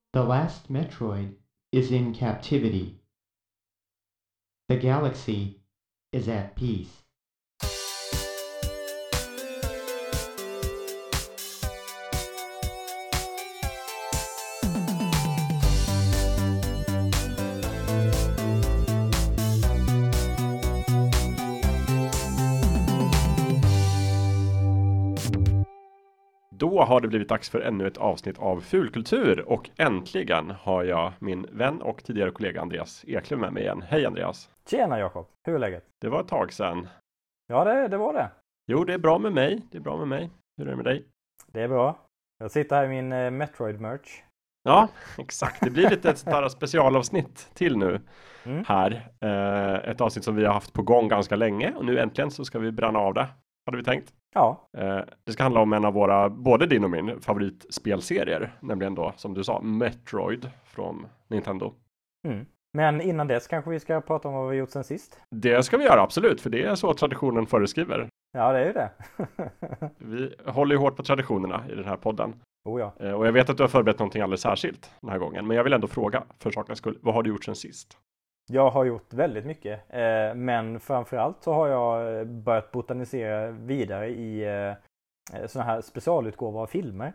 The last Metroid is in captivity. The galaxy is at peace. Då har det blivit dags för ännu ett avsnitt av Fulkultur och äntligen har jag min vän och tidigare kollega Andreas Eklöf med mig igen. Hej Andreas! Tjena Jakob, hur är läget? Det var ett tag sedan. Ja, det var det. Jo, det är bra med mig. Hur är det med dig? Det är bra. Jag sitter här i min Metroid-merch. Ja, exakt. Det blir lite ett sånt här specialavsnitt till nu här. Ett avsnitt som vi har haft på gång ganska länge och nu äntligen så ska vi bränna av det. Hade vi tänkt. Ja. Det ska handla om en av våra, både din och min favoritspelserier. Nämligen då, som du sa, Metroid från Nintendo. Men innan dess kanske vi ska prata om vad vi gjort sen sist. Det ska vi göra, absolut. För det är så traditionen föreskriver. Ja, det är ju det. Vi håller ju hårt på traditionerna i den här podden. Oh ja. Och jag vet att du har förberett någonting alldeles särskilt den här gången. Men jag vill ändå fråga, för sakens skull, vad har du gjort sen sist? Jag har gjort väldigt mycket. Men framförallt så har jag börjat botanisera vidare i sådana här specialutgåvor av filmer.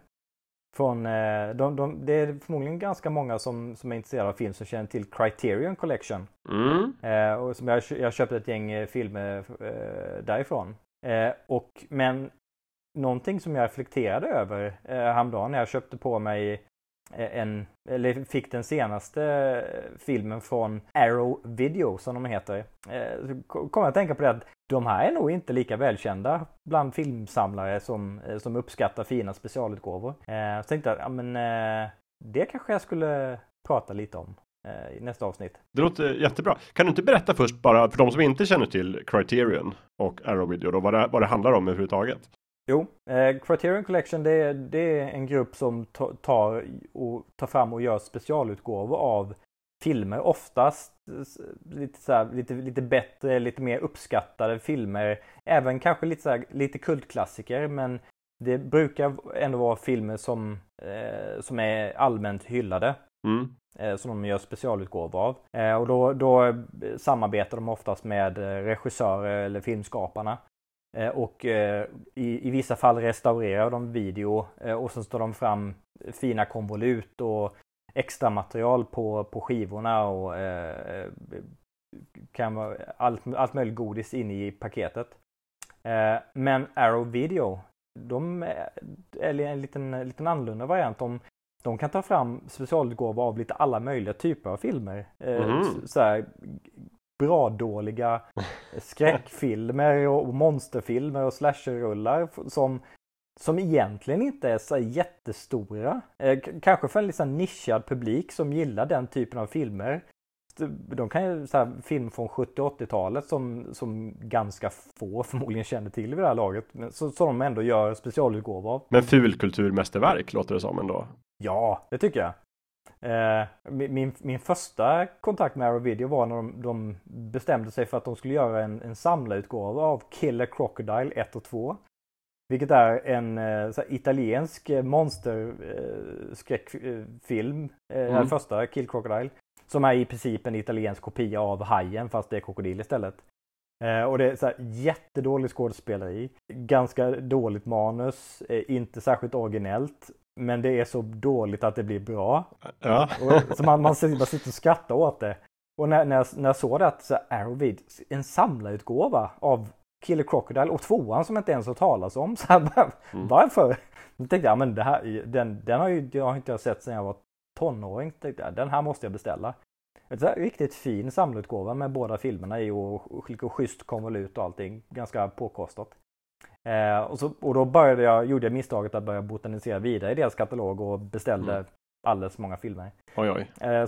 Det är förmodligen ganska många som är intresserade av film som känner till Criterion Collection. Och som jag köpte ett gäng filmer därifrån. Men någonting som jag reflekterade över häromdagen när jag köpte på mig fick den senaste filmen från Arrow Video som de heter. Så kom jag att tänka på det att de här är nog inte lika välkända bland filmsamlare som uppskattar fina specialutgåvor. Så tänkte jag, det kanske jag skulle prata lite om i nästa avsnitt. Det låter jättebra. Kan du inte berätta först bara för de som inte känner till Criterion och Arrow Video då, vad det handlar om överhuvudtaget? Jo, Criterion Collection det är en grupp som tar fram och gör specialutgåvor av filmer. Oftast lite bättre, lite mer uppskattade filmer. Även kanske lite kultklassiker, men det brukar ändå vara filmer som är allmänt hyllade. Som de gör specialutgåvor av. Och då samarbetar de oftast med regissörer eller filmskaparna. Och i vissa fall restaurerar de video och så står de fram fina konvolut och extra material på skivorna och kan vara allt möjligt godis in i paketet. Men Arrow Video, de är en liten annorlunda variant. De kan ta fram specialutgåvor av lite alla möjliga typer av filmer. Så här, bra dåliga skräckfilmer och monsterfilmer och slasherrullar som egentligen inte är så jättestora. Kanske för en liksom nischad publik som gillar den typen av filmer. De kan ju så här, film från 70-80-talet som ganska få förmodligen känner till vid det här laget. Men så de ändå gör specialutgåvor av. Men fulkulturmästerverk låter det som ändå. Ja, det tycker jag. Min första kontakt med Arrow Video var när de bestämde sig för att de skulle göra en samlarutgåva av Killer Crocodile 1 och 2. Vilket är en italiensk monsterskräckfilm. Den första, Kill Crocodile. Som är i princip en italiensk kopia av Hajen fast det är krokodil istället. Och det är så här jättedålig skådespeleri. Ganska dåligt manus. Inte särskilt originellt. Men det är så dåligt att det blir bra. Ja. Så man sitter och skrattar åt det. Och när jag såg det att så Arrow Video, en samlarutgåva av Killer Crocodile och tvåan som inte ens har talas om. Så här, varför? Då tänkte jag, men det här, den har inte jag sett sedan jag var tonåring. Tänkte jag, den här måste jag beställa. En riktigt fin samlarutgåva med båda filmerna i och schysst konvolut och allting. Ganska påkostat. Och då gjorde jag misstaget att börja botanisera vidare i deras katalog och beställde alldeles många filmer. Oj.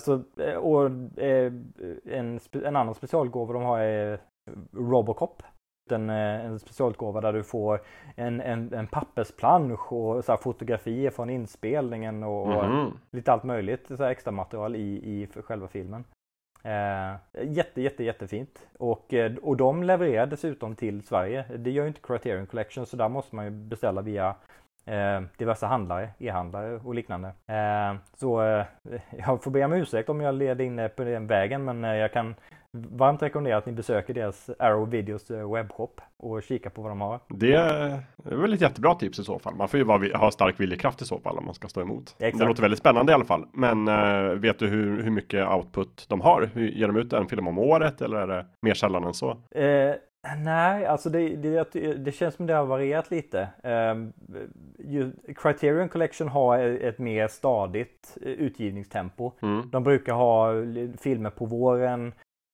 En annan specialgåva de har är Robocop. En specialgåva där du får en pappersplansch och så här fotografier från inspelningen och lite allt möjligt så här extra material i själva filmen. Jättefint. Och de levererar dessutom till Sverige. Det gör ju inte Criterion Collection, så där måste man ju beställa via diverse handlare, e-handlare och liknande. Så jag får be om ursäkt om jag leder in på den vägen, men jag kan varmt rekommendera att ni besöker deras Arrow Videos webbshop och kika på vad de har. Det är väl ett jättebra tips i så fall. Man får ju ha stark viljekraft i så fall om man ska stå emot. Exakt. Det låter väldigt spännande i alla fall. Men vet du hur mycket output de har? Ger de ut en film om året eller är det mer sällan än så? Nej, alltså det känns som det har varierat lite. Criterion Collection har ett mer stadigt utgivningstempo. De brukar ha filmer på våren.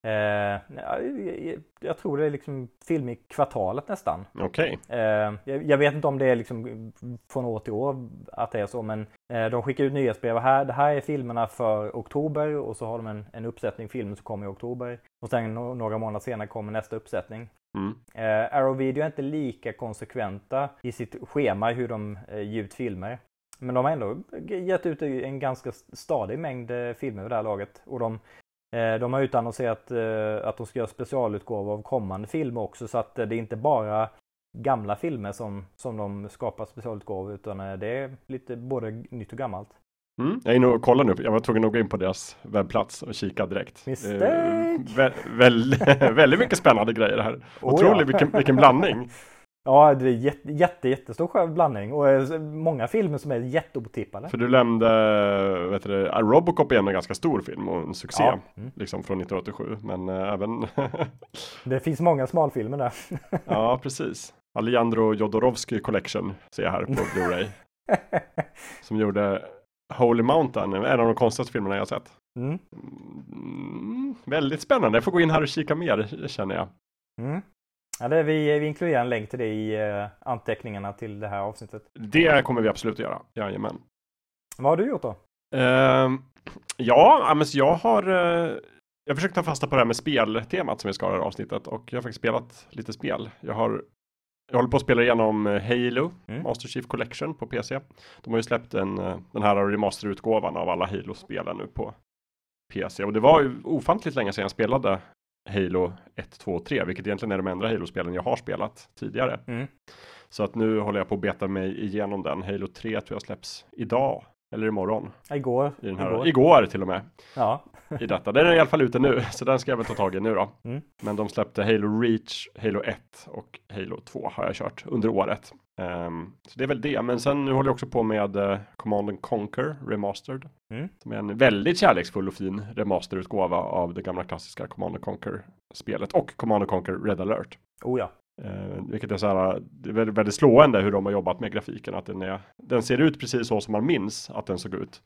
Jag tror det är liksom film i kvartalet nästan. Okej. Jag vet inte om det är liksom från år till år att det är så, men de skickar ut nyhetsbrev här. Det här är filmerna för oktober, och så har de en uppsättning filmer som kommer i oktober. Och sen några månader senare kommer nästa uppsättning. Arrow Video är inte lika konsekventa i sitt schema hur de ger ut filmer. Men de har ändå gett ut en ganska stadig mängd filmer vid det här laget. Och de har utannonserat att de ska göra specialutgåvor av kommande filmer också, så att det är inte bara gamla filmer som de skapar specialutgåvor, utan det är lite både nytt och gammalt. Jag är inne och kollar nu. Jag var tvungen att gå in på deras webbplats och kika direkt. Väldigt mycket spännande grejer här. Otroligt vilken blandning. Ja, det är jättestor blandning och många filmer som är jätteotippade. För du nämnde, Robocop är en ganska stor film och en succé, liksom från 1987, men även... Det finns många smalfilmer där. Ja, precis. Alejandro Jodorowsky Collection ser jag här på Blu-ray. Som gjorde Holy Mountain, en av de konstigaste filmerna jag har sett. Väldigt spännande, jag får gå in här och kika mer, känner jag. Ja, vi inkluderar en länk till det i anteckningarna till det här avsnittet. Det kommer vi absolut att göra, jajamän. Vad har du gjort då? Ja, men jag har försökt ta fasta på det här med speltemat som vi ska ha i det här avsnittet, och jag har faktiskt spelat lite spel. Jag håller på att spela igenom Halo, Master Chief Collection på PC. De har ju släppt den här remasterutgåvan av alla Halo-spelen nu på PC. Och det var ju ofantligt länge sedan jag spelade Halo 1, 2 och 3, vilket egentligen är de enda Halo-spelen jag har spelat tidigare. Så att nu håller jag på att beta mig igenom den. Halo 3 tror jag släpps idag, eller imorgon. Igår till och med. Ja. I detta. Den är i alla fall ute nu, så den ska jag väl ta tag i nu då. Men de släppte Halo Reach, Halo 1 och Halo 2 har jag kört under året. Så det är väl det. Men sen nu håller jag också på med Command & Conquer Remastered. Som är en väldigt kärleksfull och fin remasterutgåva av det gamla klassiska Command & Conquer-spelet. Och Command & Conquer Red Alert. Oh ja. Vilket är så här, det är väldigt, väldigt slående hur de har jobbat med grafiken. Att den ser ut precis så som man minns att den såg ut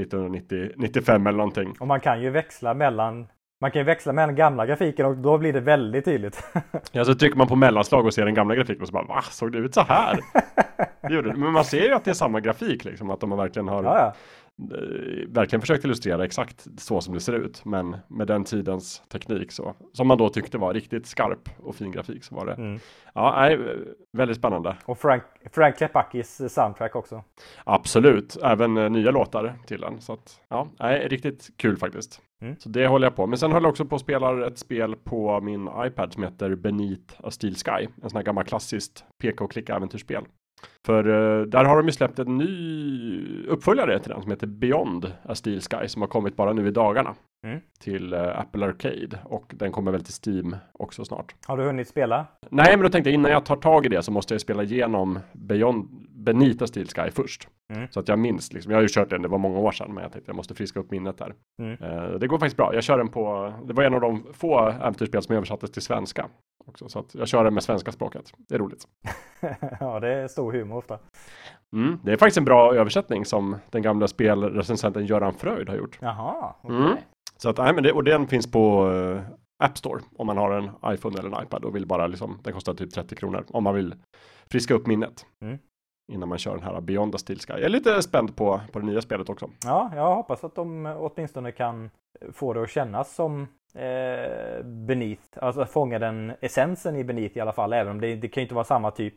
1995 eller någonting. Och man kan ju växla mellan gamla grafiken, och då blir det väldigt tydligt. Ja, så trycker man på mellanslag och ser den gamla grafiken och så bara, va? Såg det ut så här? Men man ser ju att det är samma grafik, liksom, att de verkligen har verkligen försökt illustrera exakt så som det ser ut, men med den tidens teknik så, som man då tyckte var riktigt skarp och fin grafik, så var det. Väldigt spännande. Och Frank Klepakis soundtrack också. Absolut, även nya låtar till den, så att riktigt kul faktiskt. Så det håller jag på. Men sen håller jag också på att spela ett spel på min iPad som heter Beneath a Steel Sky, en sån här gammal klassiskt peka och klicka äventyrsspel. För där har de ju släppt en ny uppföljare till den som heter Beyond a Steel Sky, som har kommit bara nu i dagarna till Apple Arcade, och den kommer väl till Steam också snart. Har du hunnit spela? Nej, men då tänkte jag innan jag tar tag i det så måste jag spela igenom Beneath a Steel Sky först. Så att jag minns, liksom, jag har ju kört den, det var många år sedan, men jag tänkte jag måste friska upp minnet där. Det går faktiskt bra, jag kör den det var en av de få äventyrsspel som översattes till svenska också, så att jag kör den med svenska språket, det är roligt. Ja, det är stor humor ofta. Det är faktiskt en bra översättning som den gamla spelrecensenten Göran Fröjd har gjort. Jaha, okej. Så att, och den finns på App Store om man har en iPhone eller en iPad och vill bara liksom, den kostar typ 30 kronor om man vill friska upp minnet innan man kör den här Beyond a Steel Sky. Jag är lite spänd på det nya spelet också. Ja, jag hoppas att de åtminstone kan få det att kännas som Beneath, alltså fånga den essensen i Beneath i alla fall, även om det kan ju inte vara samma typ av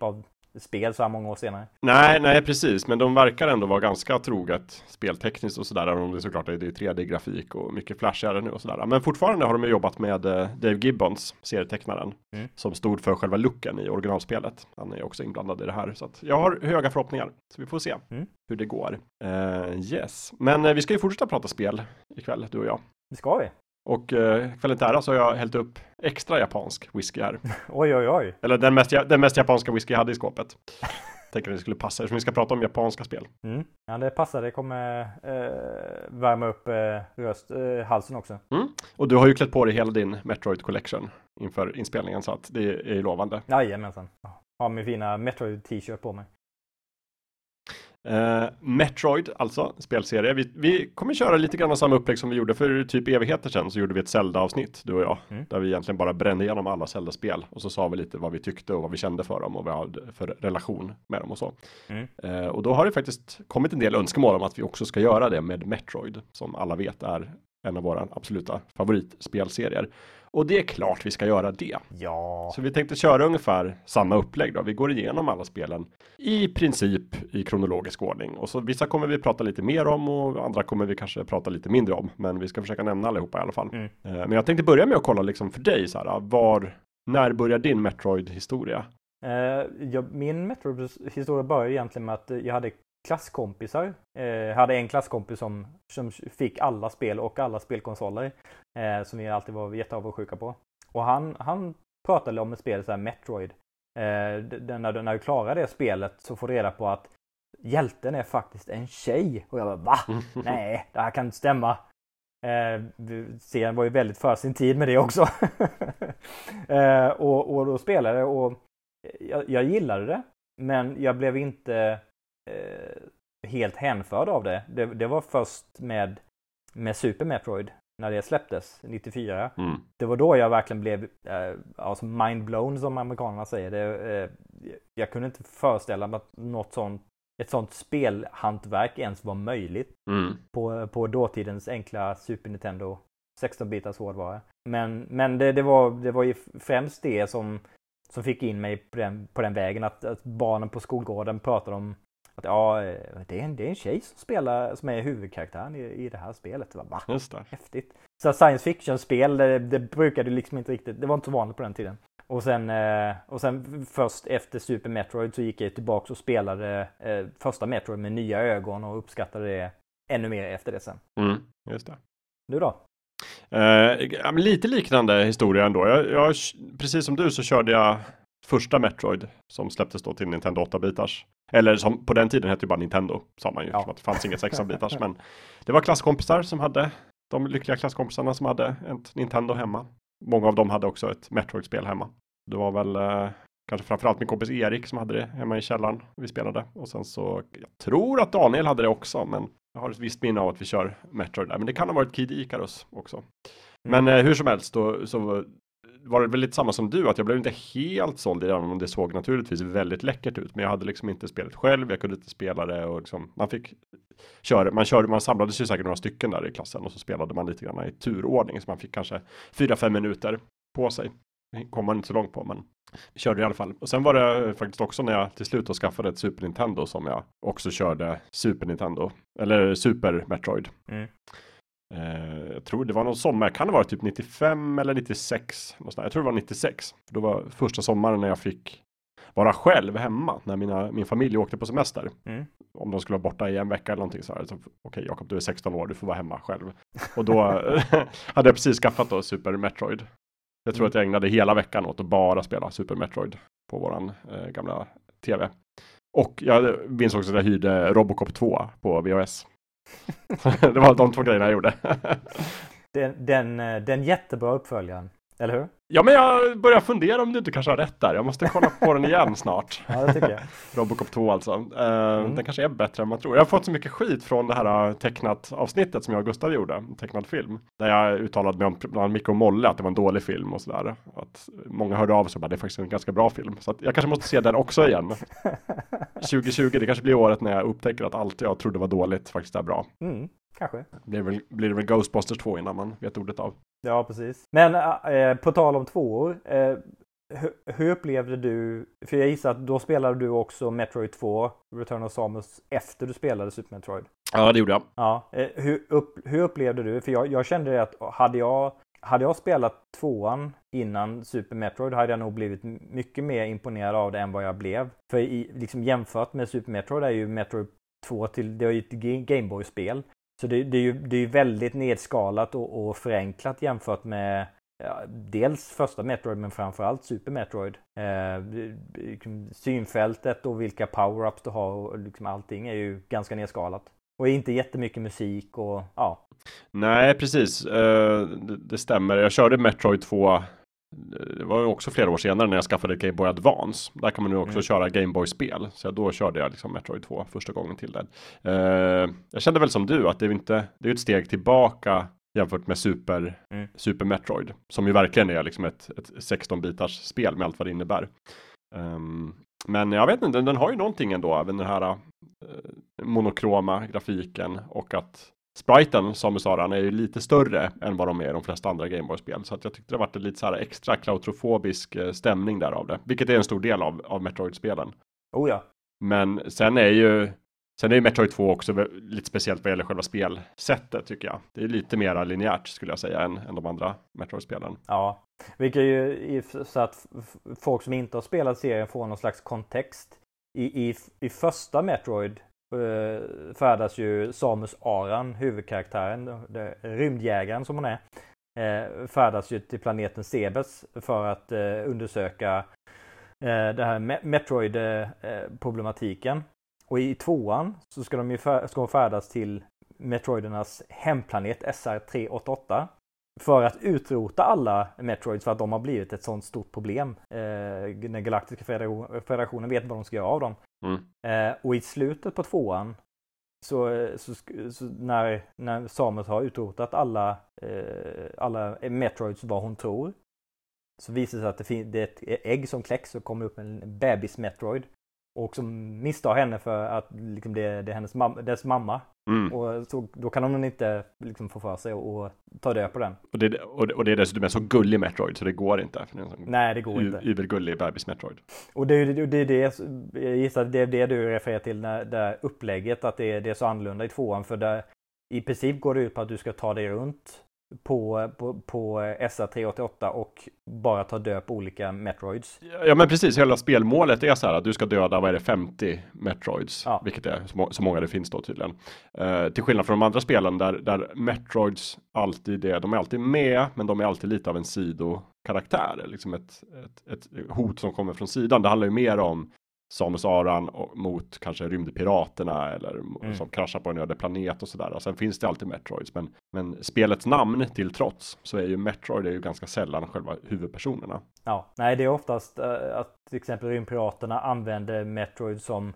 spel så här många år senare. Nej, precis. Men de verkar ändå vara ganska troget speltekniskt och sådär. Om det såklart är 3D-grafik och mycket flashigare nu och sådär. Men fortfarande har de jobbat med Dave Gibbons, serietecknaren, som stod för själva looken i originalspelet. Han är också inblandad i det här. Så att jag har höga förhoppningar. Så vi får se hur det går. Yes. Men vi ska ju fortsätta prata spel ikväll, du och jag. Det ska vi. Och kvällen till ära så har jag hällt upp extra japansk whisky här. Oj. Eller den mest japanska whisky jag hade i skåpet. Tänker att det skulle passa eftersom vi ska prata om japanska spel. Ja, det passar. Det kommer värma upp halsen också. Och du har ju klätt på dig hela din Metroid Collection inför inspelningen så att det är ju lovande. Jajamensan. Har min fina Metroid t-shirt på mig. Metroid, alltså spelserie. Vi kommer köra lite grann samma upplägg som vi gjorde för typ evigheter sedan. Så gjorde vi ett Zelda-avsnitt, du och jag. Där vi egentligen bara brände igenom alla Zelda-spel. Och så sa vi lite vad vi tyckte och vad vi kände för dem. Och vad vi hade för relation med dem och så. Och då har det faktiskt kommit en del önskemål om att vi också ska göra det med Metroid. Som alla vet är en av våra absoluta favoritspelserier. Och det är klart vi ska göra det. Ja. Så vi tänkte köra ungefär samma upplägg då. Vi går igenom alla spelen i princip i kronologisk ordning. Och så vissa kommer vi prata lite mer om och andra kommer vi kanske prata lite mindre om. Men vi ska försöka nämna allihopa i alla fall. Men jag tänkte börja med att kolla liksom för dig så här, när börjar din Metroid-historia? Min Metroid-historia började egentligen med att jag hade klasskompisar. Hade en klasskompis som fick alla spel och alla spelkonsoler. Som vi alltid var jätteavundsjuka på. Och han pratade om ett spel så här Metroid. När du klarar det spelet så får du reda på att hjälten är faktiskt en tjej. Och jag bara, va? Nej, det här kan inte stämma. Serien var ju väldigt för sin tid med det också. och då spelade jag och jag gillade det. Men jag blev inte helt hänförd av det. Det var först med Super Metroid när det släpptes 94. Det var då jag verkligen blev alltså mindblown som amerikanerna säger. Jag kunde inte föreställa mig att ett sånt spelhantverk ens var möjligt på dåtidens enkla Super Nintendo 16-bitars hårdvara. Men det var ju främst det som fick in mig på den vägen att barnen på skolgården pratade om att det är en tjej som är huvudkaraktären i det här spelet. Det var bara Just det. Häftigt. Så science fiction-spel, det brukade liksom inte riktigt, det var inte så vanligt på den tiden. Och sen först efter Super Metroid så gick jag tillbaka och spelade första Metroid med nya ögon och uppskattade det ännu mer efter det sen. Just det. Du då? Lite liknande historia ändå. Jag, precis som du så körde jag första Metroid som släpptes då till Nintendo 8-bitars. Eller som på den tiden hette ju bara Nintendo, sa man ju. Ja. Det fanns inget 16-bitars. Men det var klasskompisar som hade, de lyckliga klasskompisarna som hade ett Nintendo hemma. Många av dem hade också ett Metroid-spel hemma. Det var väl kanske framförallt min kompis Erik som hade det hemma i källaren. Vi spelade. Och sen så, jag tror att Daniel hade det också. Men jag har ett visst minne av att vi kör Metroid där. Men det kan ha varit Kid Icarus också. Men hur som helst då, så var det väl lite samma som du, att jag blev inte helt såld i den, om det såg naturligtvis väldigt läckert ut, men jag hade liksom inte spelat själv, jag kunde inte spela det och liksom, man fick köra, man samlades ju säkert några stycken där i klassen och så spelade man lite grann i turordning, så man fick kanske 4-5 minuter på sig. Det kom man inte så långt på, men vi körde i alla fall. Och sen var det faktiskt också när jag till slut skaffade ett Super Nintendo som jag också körde Super Nintendo, eller Super Metroid. Jag tror det var någon sommar, kan det vara typ 95 eller 96 någonstans. Jag tror det var 96. Då var första sommaren när jag fick vara själv hemma när min familj åkte på semester. Om de skulle vara borta i en vecka eller någonting så här. Okej, Jakob, du är 16 år, du får vara hemma själv. Och då hade jag precis skaffat då Super Metroid. Jag tror att jag ägnade hela veckan åt att bara spela Super Metroid på våran gamla tv. Och jag minns också att jag hyrde Robocop 2 på VHS. Det var de två grejerna jag gjorde. Den jättebra uppföljaren, eller hur? Ja, men jag börjar fundera om du inte kanske har rätt där. Jag måste kolla på den igen snart. Ja, det tycker jag. Robocop 2 alltså. Den kanske är bättre än man tror. Jag har fått så mycket skit från det här tecknat avsnittet som jag och Gustav gjorde. Tecknad film. Där jag uttalade mig om bland Micke och Molle att det var en dålig film och sådär. Att många hörde av sig och bara, det är faktiskt en ganska bra film. Så att jag kanske måste se den också igen. 2020, det kanske blir året när jag upptäcker att allt jag trodde var dåligt faktiskt är bra. Kanske. Blir det väl Ghostbusters 2 innan man vet ordet av. Ja, precis. Men på tal om tvåor. hur upplevde du, för jag gissar att då spelade du också Metroid 2, Return of Samus, efter du spelade Super Metroid. Ja, det gjorde jag. Ja, hur upplevde du? För jag kände att hade jag spelat 2:an innan Super Metroid hade jag nog blivit mycket mer imponerad av det än vad jag blev. För liksom jämfört med Super Metroid är ju Metroid 2 det är ju ett Gameboy-spel. Så det är ju väldigt nedskalat och förenklat jämfört med dels första Metroid men framförallt Super Metroid. Synfältet och vilka power-ups du har och liksom allting är ju ganska nedskalat. Och inte jättemycket musik och ja. Nej, precis. Det stämmer. Jag körde Metroid 2. Det var också flera år senare när jag skaffade Game Boy Advance. Där kan man nu också köra Game Boy-spel. Så då körde jag liksom Metroid 2 första gången till den. Jag kände väl som du att det är ett steg tillbaka jämfört med Super Metroid. Som ju verkligen är liksom ett 16-bitars spel med allt vad det innebär. Men jag vet inte, den har ju någonting ändå. Även den här monokroma grafiken och att spriten, Samus Aran, är ju lite större än vad de är i de flesta andra Gameboy-spel. Så att jag tyckte det var lite så här extra klaustrofobisk stämning där av det. Vilket är en stor del av Metroid-spelen. Oh ja. Men sen är ju Metroid 2 också lite speciellt vad gäller själva spelsättet tycker jag. Det är lite mer linjärt skulle jag säga än de andra Metroid-spelen. Ja, vilket ju så att folk som inte har spelat serien får någon slags kontext. I första Metroid färdas ju Samus Aran, huvudkaraktären, rymdjägaren som hon är, färdas ju till planeten Sebes för att undersöka det här Metroid-problematiken. Och i 2:an så ska hon färdas till Metroidernas hemplanet SR388 för att utrota alla Metroids för att de har blivit ett sånt stort problem. Den galaktiska federationen vet vad de ska göra av dem. Och i slutet på 2:an så när Samus har utrotat alla Metroids vad hon tror, så visar det sig att det är ett ägg som kläcks och kommer upp en bebis Metroid och som misstar henne för att liksom det är dess mamma. Och så, då kan hon inte liksom få för sig och ta död på den. Och det är dessutom en så gullig Metroid så det går inte. Nej, det går inte. Übergullig bebis Metroid. Och det är det, jag gissar att det är det du refererar till när det upplägget, att det är så annorlunda i 2:an, för där i princip går det ut på att du ska ta dig runt på SR388 och bara ta död på olika Metroids. Ja, men precis, hela spelmålet är så här att du ska döda, vad är det, 50 Metroids, vilket är så många det finns då tydligen. Till skillnad från de andra spelen där Metroids alltid de är alltid med, men de är alltid lite av en sidokaraktär, liksom ett hot som kommer från sidan. Det handlar ju mer om Samus Aran mot kanske rymdpiraterna eller som kraschar på en öde planet och sådär. Och sen finns det alltid Metroids, men spelets namn till trots så är ju Metroid ju ganska sällan själva huvudpersonerna. Ja, nej, det är oftast att till exempel rymdpiraterna använder Metroid som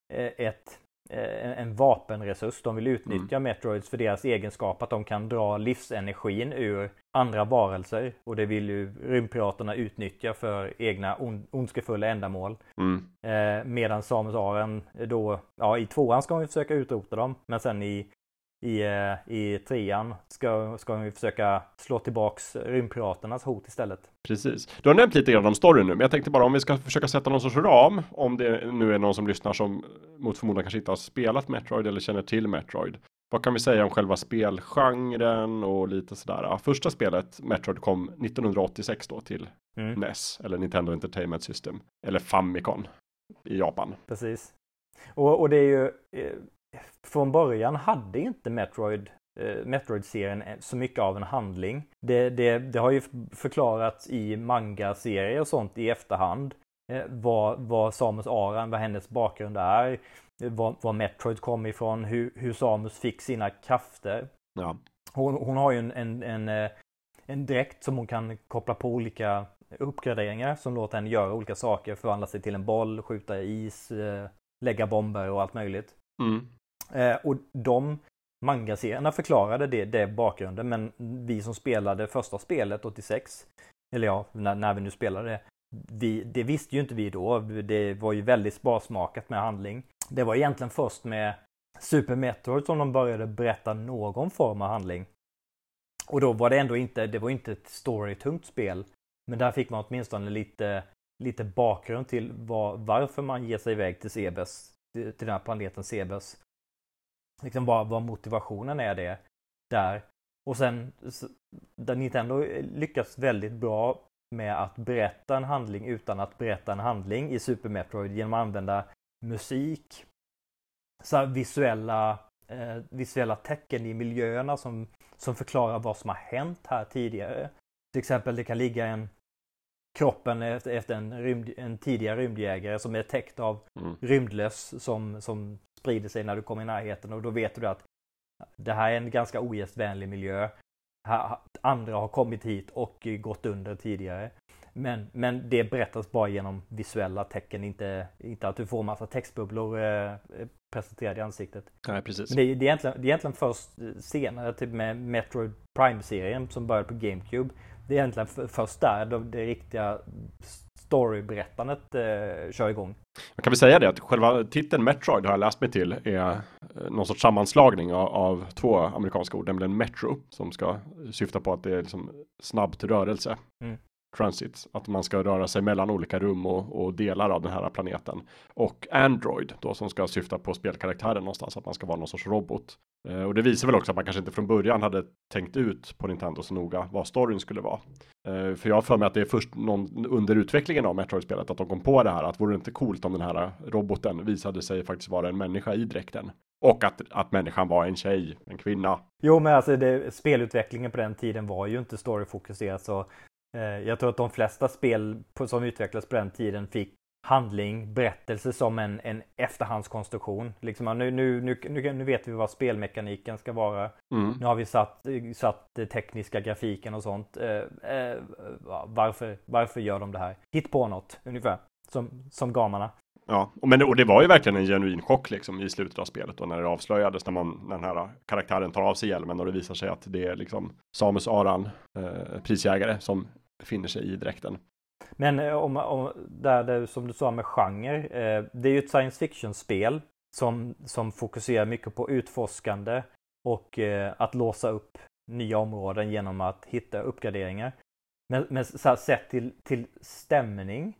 en vapenresurs. De vill utnyttja Metroids för deras egenskap, att de kan dra livsenergin ur andra varelser, och det vill ju rymdpiraterna utnyttja för egna ondskefulla ändamål. Medan Samus Aran då, i 2:an ska vi försöka utrota dem, men sen i 3:an ska vi försöka slå tillbaks rymdpiraternas hot istället. Precis. Du har nämnt lite grann om storyn nu, men jag tänkte bara om vi ska försöka sätta någon sorts ram, om det nu är någon som lyssnar som mot förmodan kanske inte har spelat Metroid eller känner till Metroid. Vad kan vi säga om själva spelgenren och lite sådär? Ja, första spelet, Metroid, kom 1986 då till NES, eller Nintendo Entertainment System, eller Famicom i Japan. Precis. Och det är ju från början hade inte Metroid-serien så mycket av en handling. Det har ju förklarats i manga-serier och sånt i efterhand. Vad Samus Aran, vad hennes bakgrund är, var Metroid kom ifrån, hur Samus fick sina krafter. Ja. Hon har ju en dräkt som hon kan koppla på olika uppgraderingar som låter henne göra olika saker, förvandla sig till en boll, skjuta is, lägga bomber och allt möjligt. Och de manga-serierna förklarade det bakgrunden, men vi som spelade första spelet 86, eller när vi nu spelade det visste ju inte vi då. Det var ju väldigt sparsmakat med handling. Det var egentligen först med Super Metroid som de började berätta någon form av handling. Och då var det ändå inte ett storytungt spel. Men där fick man åtminstone lite bakgrund till varför man ger sig iväg till Zebes, till den här planeten Zebes. Liksom vad motivationen är det där. Och sen där Nintendo lyckas väldigt bra med att berätta en handling utan att berätta en handling i Super Metroid genom att använda musik, så här visuella tecken i miljöerna som förklarar vad som har hänt här tidigare. Till exempel det kan ligga kroppen efter en tidigare rymdjägare som är täckt av rymdlöss som sprider sig när du kommer i närheten, och då vet du att det här är en ganska ogästvänlig miljö. Andra har kommit hit och gått under tidigare. Men det berättas bara genom visuella tecken, inte att du får massa textbubblor presenterade i ansiktet. Nej, precis. Men det är egentligen först senare, typ med Metroid Prime-serien som började på GameCube. Det är egentligen först där det riktiga storyberättandet kör igång. Man kan väl säga det att själva titeln Metroid har jag läst mig till är någon sorts sammanslagning av två amerikanska ord, nämligen Metro, som ska syfta på att det är liksom snabbt rörelse. Transit, att man ska röra sig mellan olika rum och delar av den här planeten. Och Android då, som ska syfta på spelkaraktären någonstans, att man ska vara någon sorts robot. Och det visar väl också att man kanske inte från början hade tänkt ut på Nintendo så noga vad storyn skulle vara. För jag har för mig att det är först under utvecklingen av Metroid-spelet att de kom på det här, att vore det inte coolt om den här roboten visade sig faktiskt vara en människa i dräkten. Och att människan var en tjej, en kvinna. Jo, men alltså spelutvecklingen på den tiden var ju inte storyfokuserad, så jag tror att de flesta spel som utvecklades på den tiden fick handling, berättelse som en efterhandskonstruktion. Liksom, nu vet vi vad spelmekaniken ska vara. Nu har vi satt tekniska grafiken och sånt. Varför gör de det här? Hitt på något, ungefär. Som gamarna. Ja, och det var ju verkligen en genuin chock liksom i slutet av spelet då, när det avslöjades när den här karaktären tar av sig hjälmen och det visar sig att det är liksom Samus Aran, prisjägare, som befinner sig i dräkten. Men om där som du sa med genre, det är ju ett science fiction-spel som fokuserar mycket på utforskande och att låsa upp nya områden genom att hitta uppgraderingar. Men så här, sett till stämning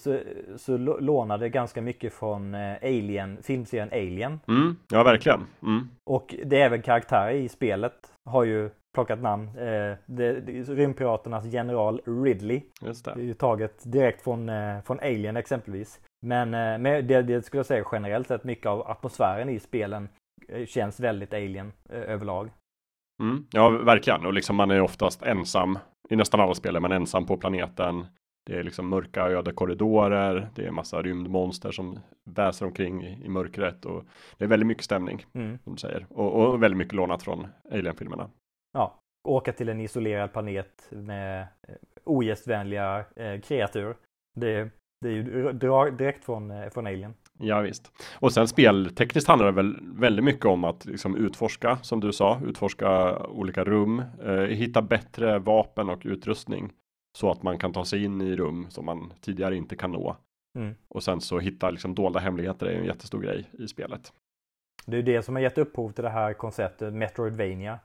så lånar det ganska mycket från filmserien Alien. Ja, verkligen. Och det är även karaktärer i spelet har ju plockat namn. Rymdpiraternas general Ridley. Just det. Det är ju taget direkt från Alien exempelvis. Men det skulle jag säga generellt sett, mycket av atmosfären i spelen känns väldigt Alien överlag. Ja, verkligen. Och liksom man är oftast ensam. I nästan alla spel är man ensam på planeten. Det är liksom mörka öde korridorer. Det är en massa rymdmonster som väser omkring i mörkret. Och det är väldigt mycket stämning, som du säger. Och väldigt mycket lånat från Alien-filmerna. Ja, åka till en isolerad planet med ogästvänliga kreatur. Det är ju direkt från Alien. Ja, visst. Och sen speltekniskt handlar det väl väldigt mycket om att liksom utforska, som du sa, utforska olika rum, hitta bättre vapen och utrustning så att man kan ta sig in i rum som man tidigare inte kan nå. Och sen så hitta liksom dolda hemligheter är en jättestor grej i spelet. Det är det som har gett upphov till det här konceptet Metroidvania.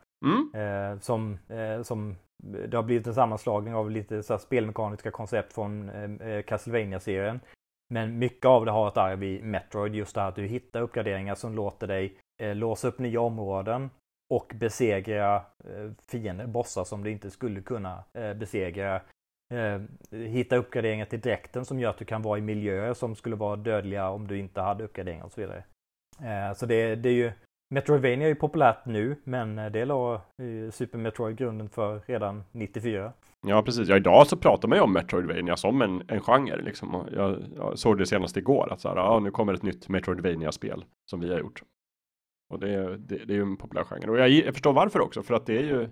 Som det har blivit en sammanslagning av lite så här spelmekaniska koncept från Castlevania-serien. Men mycket av det har ett arv i Metroid, just det här att du hittar uppgraderingar som låter dig låsa upp nya områden och besegra fiender, bossar som du inte skulle kunna besegra. Hitta uppgraderingar till dräkten som gör att du kan vara i miljöer som skulle vara dödliga om du inte hade uppgraderingar och så vidare. Så det är ju Metroidvania är ju populärt nu, men det la Super Metroid grunden för redan 94. Ja, precis. Ja, idag så pratar man ju om Metroidvania som en genre. Liksom. Jag såg det senast igår, att så här, nu kommer ett nytt Metroidvania-spel som vi har gjort. Och det är ju en populär genre. Och jag förstår varför också, för att det är ju...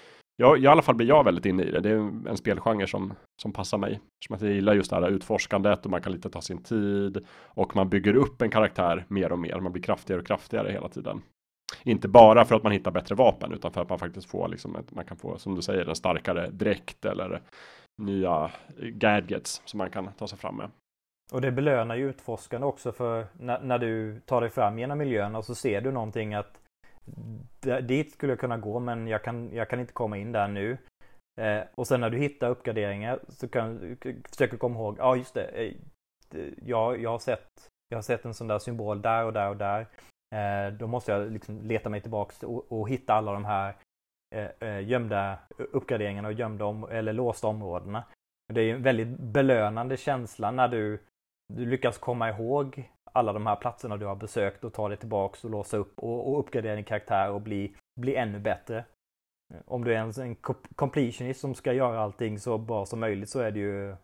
I alla fall blir jag väldigt inne i det. Det är en spelgenre som passar mig. Som att jag gillar just det här utforskandet och man kan lite ta sin tid. Och man bygger upp en karaktär mer och mer. Man blir kraftigare och kraftigare hela tiden. Inte bara för att man hittar bättre vapen, utan för att man faktiskt får liksom man kan få, som du säger, en starkare dräkt eller nya gadgets som man kan ta sig fram med. Och det belönar ju utforskande också, för när du tar dig fram genom miljön och så ser du någonting att dit skulle jag kunna gå, men jag kan inte komma in där nu. Och sen när du hittar uppgraderingar så kan du försöka komma ihåg, ja just det, jag har sett en sån där symbol där och där och där. Då måste jag liksom leta mig tillbaks och hitta alla de här gömda uppgraderingarna och gömda eller låsta områdena. Det är ju en väldigt belönande känsla när du lyckas komma ihåg alla de här platserna du har besökt och ta dig tillbaks och låsa upp och uppgradera din karaktär och bli ännu bättre. Om du är en completionist som ska göra allting så bra som möjligt så är det ju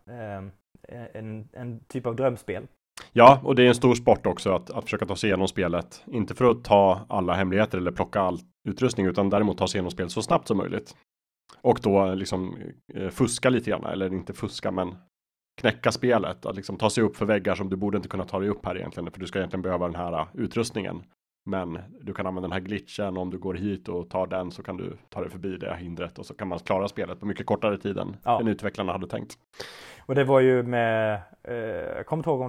en typ av drömspel. Ja, och det är en stor sport också att försöka ta sig igenom spelet. Inte för att ta alla hemligheter eller plocka all utrustning utan däremot ta sig igenom spelet så snabbt som möjligt. Och då liksom fuska lite grann, eller inte fuska men knäcka spelet. Att liksom ta sig upp för väggar som du borde inte kunna ta dig upp här egentligen. För du ska egentligen behöva den här utrustningen. Men du kan använda den här glitchen. Om du går hit och tar den så kan du ta dig förbi det hindret. Och så kan man klara spelet på mycket kortare tid än utvecklarna hade tänkt. Och det var ju med, jag kommer inte ihåg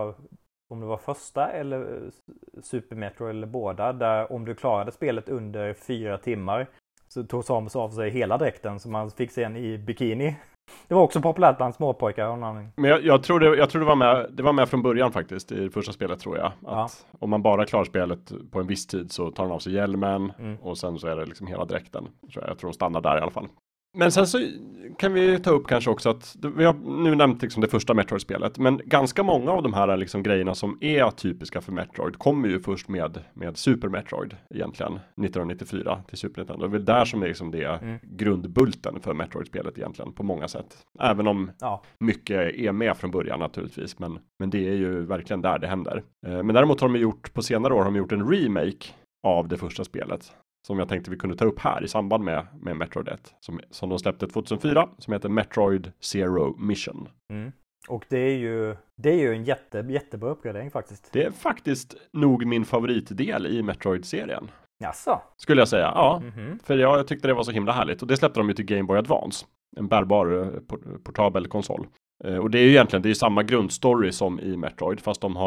om det var första eller Super Metro eller båda. Där om du klarade spelet under 4 timmar så tog Samus av sig hela dräkten så man fick se en i bikini. Det var också populärt bland småpojkar. Men jag tror det var med från början faktiskt i första spelet tror jag. Att om man bara klarar spelet på en viss tid så tar man av sig hjälmen och sen så är det liksom hela dräkten. Jag tror de stannar där i alla fall. Men sen så kan vi ta upp kanske också att vi har nu nämnt liksom det första Metroid-spelet, men ganska många av de här liksom grejerna som är typiska för Metroid kommer ju först med Super Metroid egentligen 1994 till Super Nintendo. Det är där som är liksom det grundbulten för Metroid-spelet egentligen på många sätt. Även om mycket är med från början naturligtvis, men det är ju verkligen där det händer. Men däremot har de gjort på senare år gjort en remake av det första spelet. Som jag tänkte vi kunde ta upp här i samband med Metroid 1. Som de släppte 2004. Som heter Metroid Zero Mission. Och det är ju en jättebra uppgradering faktiskt. Det är faktiskt nog min favoritdel i Metroid-serien. Jaså? Skulle jag säga, ja. För jag tyckte det var så himla härligt. Och det släppte de ju till Game Boy Advance. En bärbar portabel konsol. Och det är ju egentligen det är samma grundstory som i Metroid. Fast de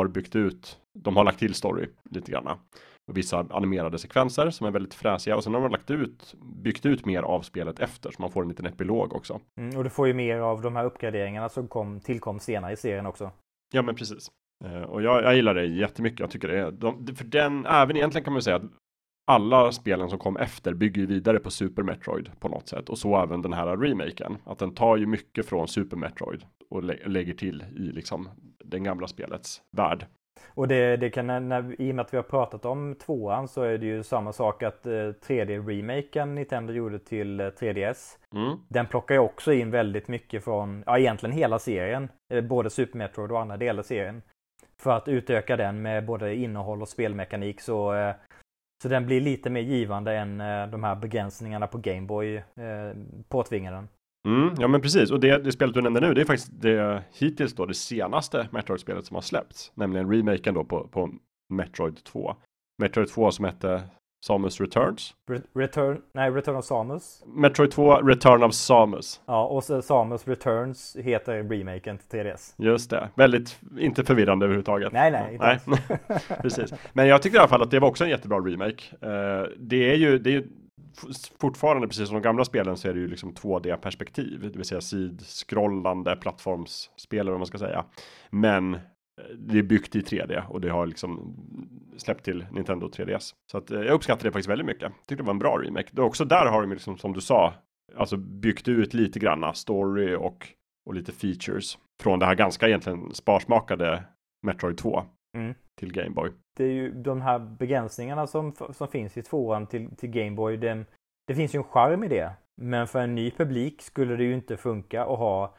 har lagt till story lite grann. Och vissa animerade sekvenser som är väldigt fräsiga. Och sen har de byggt ut mer av spelet efter. Så man får en liten epilog också. Och du får ju mer av de här uppgraderingarna som tillkom senare i serien också. Ja men precis. Och jag gillar det jättemycket. Jag tycker även egentligen kan man säga att alla spelen som kom efter bygger vidare på Super Metroid på något sätt. Och så även den här remaken. Att den tar ju mycket från Super Metroid och lägger till i liksom den gamla spelets värld. Och det kan, i och med att vi har pratat om 2:an så är det ju samma sak att 3D-remaken Nintendo gjorde till 3DS. Den plockar ju också in väldigt mycket från, egentligen hela serien. Både Super Metroid och andra delar av serien. För att utöka den med både innehåll och spelmekanik så den blir lite mer givande än de här begränsningarna på Game Boy påtvingar den. Ja men precis, och det spelet du nämnde nu det är faktiskt hittills då det senaste Metroid-spelet som har släppts. Nämligen remaken då på Metroid 2. Metroid 2 som hette Samus Returns. Return of Samus. Metroid 2 Return of Samus. Ja, och så Samus Returns heter remaken till 3DS. Just det, väldigt inte förvirrande överhuvudtaget. Nej. Precis. Men jag tyckte i alla fall att det var också en jättebra remake. Det är ju fortfarande precis som de gamla spelen så är det ju liksom 2D-perspektiv. Det vill säga sidskrollande plattformsspel eller vad man ska säga. Men det är byggt i 3D och det har liksom släppt till Nintendo 3DS. Så att jag uppskattar det faktiskt väldigt mycket. Jag tyckte det var en bra remake. Det också där har de liksom, som du sa, alltså byggt ut lite granna story och lite features från det här ganska egentligen sparsmakade Metroid 2 till Game Boy. Det är ju de här begränsningarna som finns i 2:an till Game Boy. Det finns ju en charm i det. Men för en ny publik skulle det ju inte funka att ha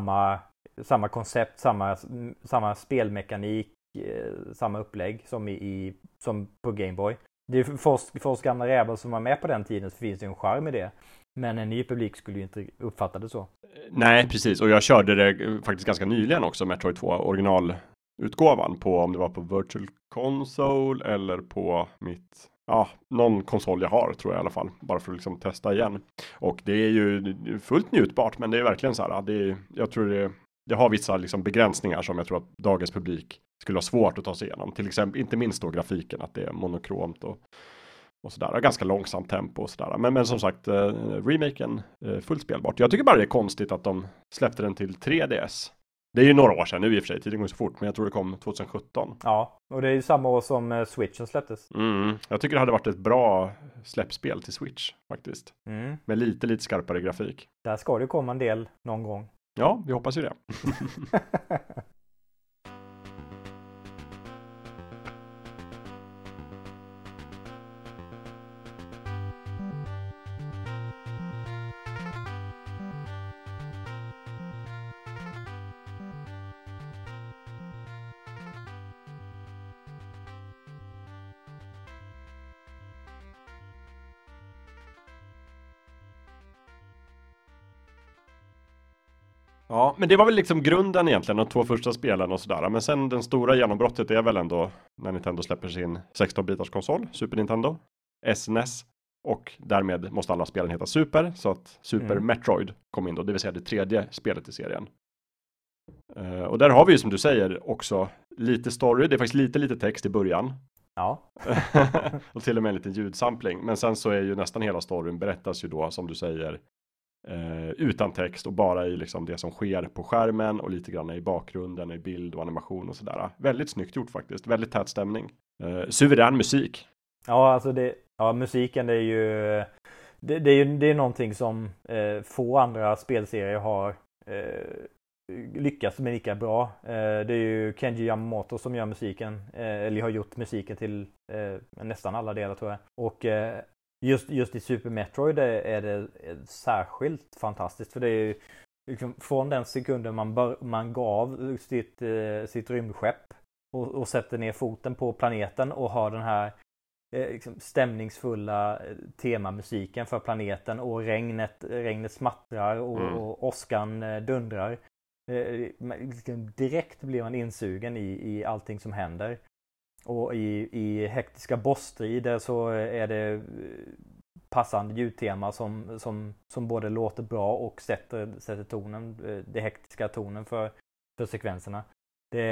samma koncept, samma spelmekanik, samma upplägg som på Game Boy. Det är för oss gamla rävar som var med på den tiden så finns det en charm i det. Men en ny publik skulle ju inte uppfatta det så. Nej, precis. Och jag körde det faktiskt ganska nyligen också, Metroid 2 originalutgåvan på om det var på Virtual Console eller på någon konsol jag har tror jag i alla fall. Bara för att liksom testa igen. Och det är ju fullt njutbart men det är verkligen så här. Jag tror det har vissa liksom begränsningar som jag tror att dagens publik skulle ha svårt att ta sig igenom. Till exempel, inte minst då grafiken, att det är monokromt och sådär. Ganska långsamt tempo och sådär. Men som sagt, remaken fullt spelbart. Jag tycker bara det är konstigt att de släppte den till 3DS. Det är ju några år sedan nu i och för sig, tiden går så fort, men jag tror det kom 2017. Ja, och det är ju samma år som Switchen släpptes. Jag tycker det hade varit ett bra släppspel till Switch faktiskt. Med lite skarpare grafik. Där ska det komma en del någon gång. Ja, vi hoppas ju det. Ja, men det var väl liksom grunden egentligen, de 2 första spelen och sådär. Men sen den stora genombrottet är väl ändå när Nintendo släpper sin 16-bitars konsol, Super Nintendo, SNES. Och därmed måste alla spelen heta Super, så att Super Metroid kom in då, det vill säga det 3:e spelet i serien. Och där har vi ju som du säger också lite story, det är faktiskt lite text i början. Ja. Och till och med en liten ljudsampling. Men sen så är ju nästan hela storyn berättas ju då, som du säger, utan text och bara i liksom det som sker på skärmen och lite grann i bakgrunden, i bild och animation och sådär. Väldigt snyggt gjort faktiskt, väldigt tät stämning. Suverän musik. Ja, alltså musiken det är ju det är någonting som få andra spelserier har lyckats med lika bra. Det är ju Kenji Yamamoto som gör musiken, eller har gjort musiken till nästan alla delar tror jag. Och just i Super Metroid är det särskilt fantastiskt, för det är ju liksom, från den sekunden man gav sitt rymdskepp och sätter ner foten på planeten och har den här liksom stämningsfulla temamusiken för planeten och regnet smattrar och åskan dundrar. Direkt blir man insugen i allting som händer. Och i hektiska bossstrider så är det passande ljudtema som både låter bra och sätter tonen, det hektiska tonen för sekvenserna. Det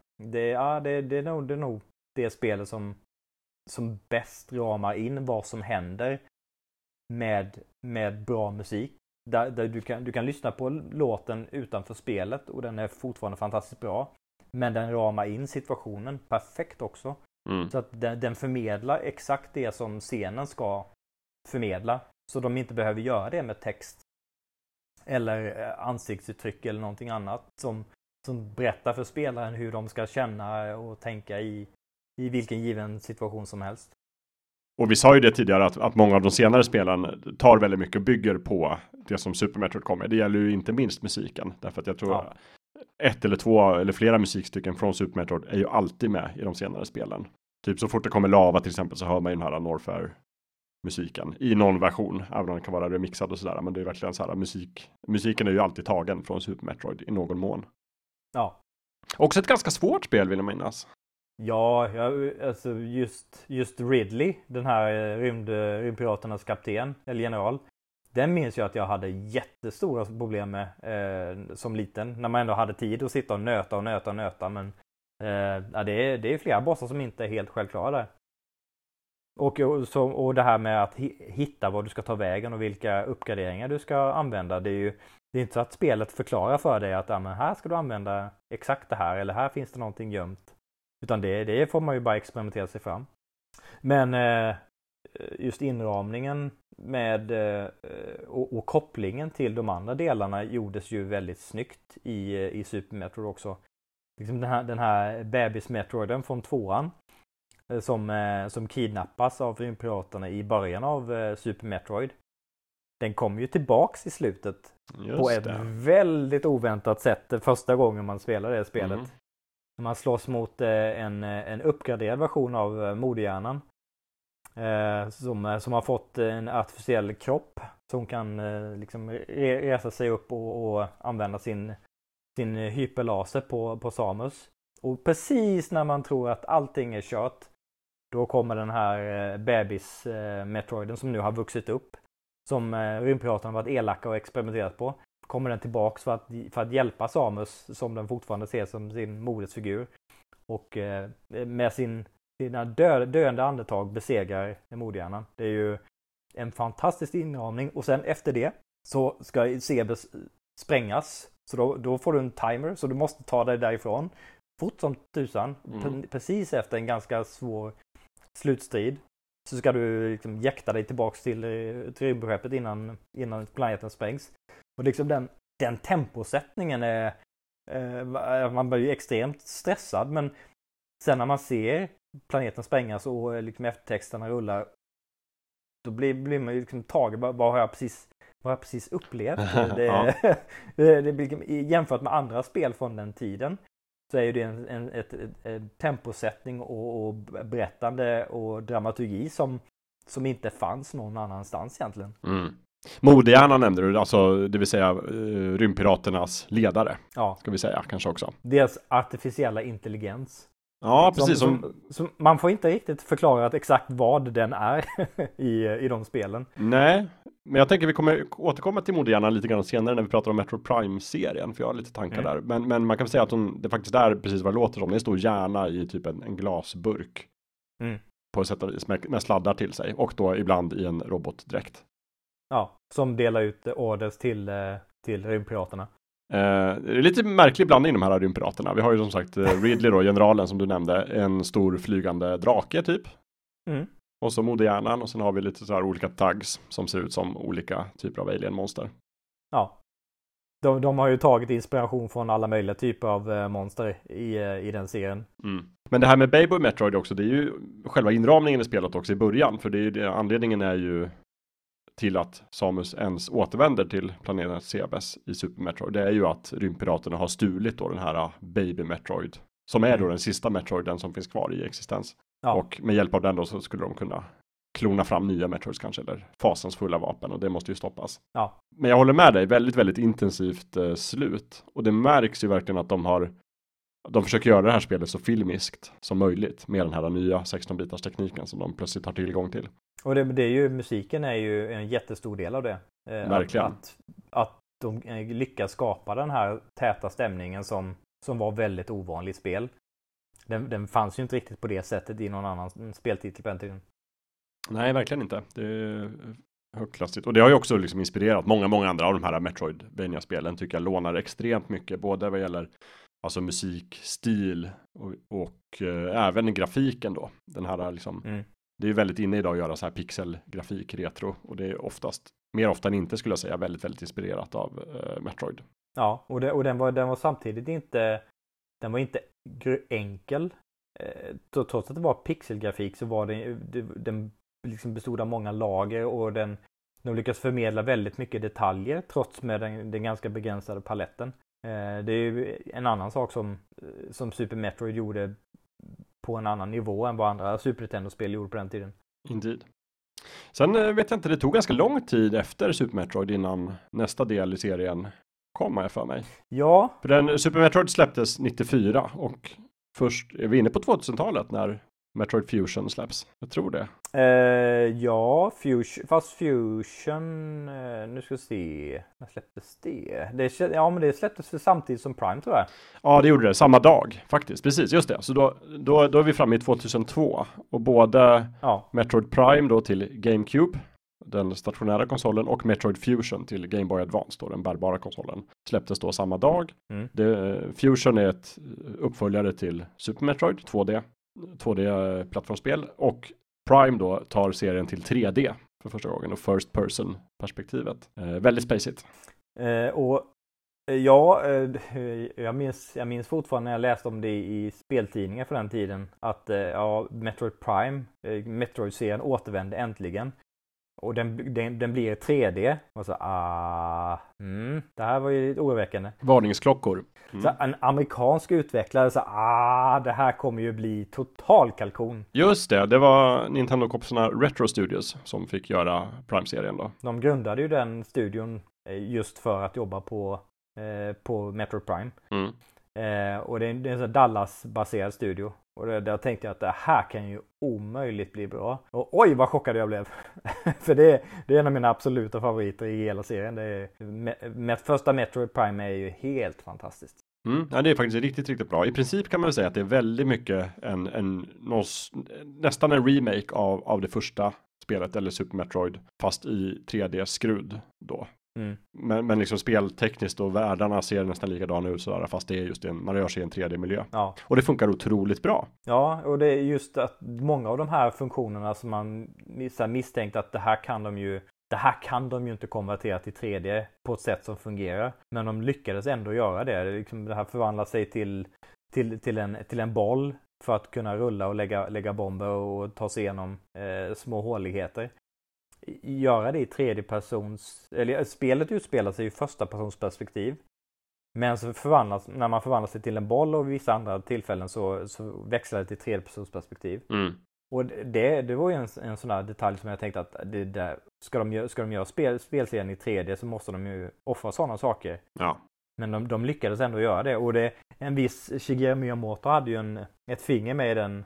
är nog det spelet som bäst ramar in vad som händer med bra musik. Där du kan lyssna på låten utanför spelet och den är fortfarande fantastiskt bra. Men den ramar in situationen perfekt också. Så att den förmedlar exakt det som scenen ska förmedla. Så de inte behöver göra det med text. Eller ansiktsuttryck eller någonting annat. Som berättar för spelaren hur de ska känna och tänka i vilken given situation som helst. Och vi sa ju det tidigare att många av de senare spelen tar väldigt mycket och bygger på det som Super Metroid kommer. Det gäller ju inte minst musiken. Därför att jag tror ett eller två eller flera musikstycken från Super Metroid är ju alltid med i de senare spelen. Typ så fort det kommer lava till exempel så hör man ju den här Norfair-musiken i någon version. Även om den kan vara remixad och sådär. Men det är verkligen så här musiken är ju alltid tagen från Super Metroid i någon mån. Ja. Också ett ganska svårt spel vill jag minnas. Ja, alltså just Ridley, den här rymdpiraternas kapten eller general. Den minns jag att jag hade jättestora problem med som liten. När man ändå hade tid att sitta och nöta. Men det är flera bossar som inte är helt självklara där. Och det här med att hitta vad du ska ta vägen och vilka uppgraderingar du ska använda. Det är inte så att spelet förklarar för dig att men här ska du använda exakt det här. Eller här finns det någonting gömt. Utan det får man ju bara experimentera sig fram. Men just inramningen med och kopplingen till de andra delarna gjordes ju väldigt snyggt i Super Metroid också. Liksom den här bebis-metroiden från 2:an som kidnappas av rymdpiraterna i början av Super Metroid. Den kom ju tillbaks i slutet på ett väldigt oväntat sätt första gången man spelar det spelet. Man slåss mot en uppgraderad version av moderhjärnan som har fått en artificiell kropp som kan liksom resa sig upp och använda sin hyperlaser på Samus. Och precis när man tror att allting är kört, då kommer den här bebis-metroiden som nu har vuxit upp, som rymdpiraterna varit elaka och experimenterat på. Kommer den tillbaks för att hjälpa Samus, som den fortfarande ser som sin modersfigur. Och med sin dina döende andetag besegrar modhjärnan. Det är ju en fantastisk inramning och sen efter det så ska Cebes sprängas. Så då får du en timer så du måste ta dig därifrån fort som tusan. Precis efter en ganska svår slutstrid så ska du liksom jäkta dig tillbaks till rymdskeppet innan planeten sprängs. Och liksom den temposättningen är man blir ju extremt stressad, men sen när man ser planeten sprängas och liksom eftertexterna rullar, då blir man ju liksom tagen. Vad har jag precis upplevt? Det blir, jämfört med andra spel från den tiden så är ju det en temposättning och berättande och dramaturgi som inte fanns någon annanstans egentligen. Modhjärnan nämnde du, alltså det vill säga rymdpiraternas ledare. Ja. Ska vi säga kanske också. Deras artificiella intelligens. Ja, precis. Som man får inte riktigt förklara exakt vad den är i de spelen. Nej, men jag tänker vi kommer återkomma till modhjärnan lite grann senare när vi pratar om Metroid Prime-serien, för jag har lite tankar där. Men man kan säga att det faktiskt är precis vad det låter som. Det är en stor hjärna i typ en glasburk. På ett sätt och vis med sladdar till sig. Och då ibland i en robotdräkt. Ja, som delar ut orders till rymdpiraterna. Det är lite märklig blandning de här rymdpiraterna. Vi har ju som sagt Ridley då, generalen som du nämnde. En stor flygande drake typ. Och så modhjärnan. Och sen har vi lite så här olika tags som ser ut som olika typer av alien-monster. Ja. De har ju tagit inspiration från alla möjliga typer av monster i den serien. Men det här med Baby Metroid också, det är ju själva inramningen i spelet också i början. För anledningen är ju till att Samus ens återvänder till planeten Cebes i Super Metroid. Det är ju att rymdpiraterna har stulit då den här Baby Metroid. Som är då den sista Metroiden som finns kvar i existens. Ja. Och med hjälp av den då så skulle de kunna klona fram nya Metroids kanske. Eller fasens fulla vapen. Och det måste ju stoppas. Ja. Men jag håller med dig. Väldigt, väldigt intensivt slut. Och det märks ju verkligen att de försöker göra det här spelet så filmiskt som möjligt. Med den här nya 16-bitars tekniken som de plötsligt har tillgång till. Och det är ju, musiken är ju en jättestor del av det. Verkligen. Att de lyckas skapa den här täta stämningen som var väldigt ovanligt spel. Den fanns ju inte riktigt på det sättet i någon annan speltitel på den tiden. Nej, verkligen inte. Det är högklassigt. Och det har ju också liksom inspirerat många andra av de här Metroidvania-spelen tycker jag lånar extremt mycket. Både vad gäller alltså musik, stil och även grafiken då. Den här liksom... Det är väldigt inne idag att göra så här pixelgrafik, retro. Och det är oftast, mer ofta än inte skulle jag säga, väldigt, väldigt inspirerat av Metroid. Ja, och den var samtidigt inte, den var inte enkel. Trots att det var pixelgrafik så var den liksom bestod av många lager och de lyckas förmedla väldigt mycket detaljer trots med den ganska begränsade paletten. Det är ju en annan sak som Super Metroid gjorde på en annan nivå än vad andra Super Nintendo-spel gjorde på den tiden. Indeed. Sen vet jag inte, det tog ganska lång tid efter Super Metroid innan nästa del i serien kom, jag för mig. Ja. För Super Metroid släpptes 94 och först är vi inne på 2000-talet när Metroid Fusion släpps. Jag tror det. Ja, Fusion, nu ska vi se, när släpptes det? Men det släpptes samtidigt som Prime tror jag. Ja, det gjorde det, samma dag faktiskt, precis, just det. Så då är vi framme i 2002 och både Metroid Prime då till GameCube, den stationära konsolen, och Metroid Fusion till Game Boy Advance, då den bärbara konsolen, släpptes då samma dag. Fusion är ett uppföljare till Super Metroid, 2D-plattformsspel, och Prime då tar serien till 3D för första gången och first person perspektivet. Väldigt spacigt. Jag minns fortfarande när jag läste om det i speltidningar för den tiden att Metroid Prime, Metroid-serien återvände äntligen. Och den blir 3D. Och så, det här var ju oroväckande. Varningsklockor. Så en amerikansk utvecklare så det här kommer ju bli total kalkon. Just det var Nintendo-kompisarna Retro Studios som fick göra Prime-serien då. De grundade ju den studion just för att jobba på Metroid Prime. Och det är en sån Dallas-baserad studio. Och där tänkte jag att det här kan ju omöjligt bli bra. Och oj vad chockad jag blev. För det är en av mina absoluta favoriter i hela serien. Första Metroid Prime är ju helt fantastiskt. Ja, det är faktiskt riktigt, riktigt bra. I princip kan man väl säga att det är väldigt mycket nästan en remake av det första spelet, eller Super Metroid, fast i 3D-skrud då. Men liksom speltekniskt och världarna ser nästan likadana ut sådär, fast det är just man rör sig i en 3D-miljö. Ja. Och det funkar otroligt bra. Ja, och det är just att många av de här funktionerna som man misstänkt att det här kan de ju inte konvertera till 3D på ett sätt som fungerar. Men de lyckades ändå göra det. Det här förvandlar sig till en boll för att kunna rulla och lägga bomber och ta sig igenom små håligheter. Göra det i tredje persons... Eller spelet utspelar sig i första persons perspektiv. Men så när man förvandlar sig till en boll och vid vissa andra tillfällen så växlar det till tredje persons perspektiv. Och det var ju en sån där detalj som jag tänkte att ska de göra spelserien i 3D så måste de ju offra sådana saker. Ja. Men de lyckades ändå göra det. Och en viss Shigeru Miyamoto hade ju ett finger med i den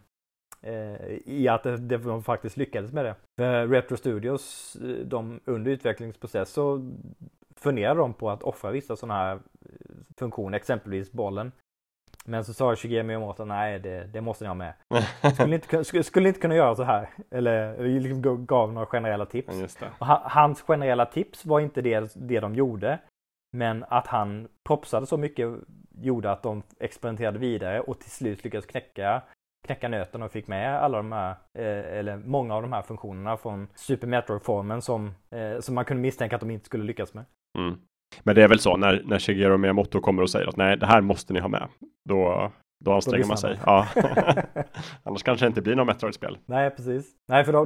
i att de faktiskt lyckades med det. För Retro Studios, under utvecklingsprocess så funderade de på att offra vissa sådana här funktioner, exempelvis bollen. Men så sa Shigeru Miyamoto, nej det måste ni ha med. Skulle inte kunna göra så här. Eller liksom gav några generella tips. Just det. Och hans generella tips var inte det de gjorde. Men att han propsade så mycket gjorde att de experimenterade vidare och till slut lyckades knäcka nöten och fick med alla de här, eller många av de här funktionerna från Super Metroid-formen som man kunde misstänka att de inte skulle lyckas med. Men det är väl så, när Shigeru Miyamoto kommer och säger att nej, det här måste ni ha med. Då anstränger man sig. Ja. Annars kanske det inte blir något Metroid-spel. Nej, precis. Nej, för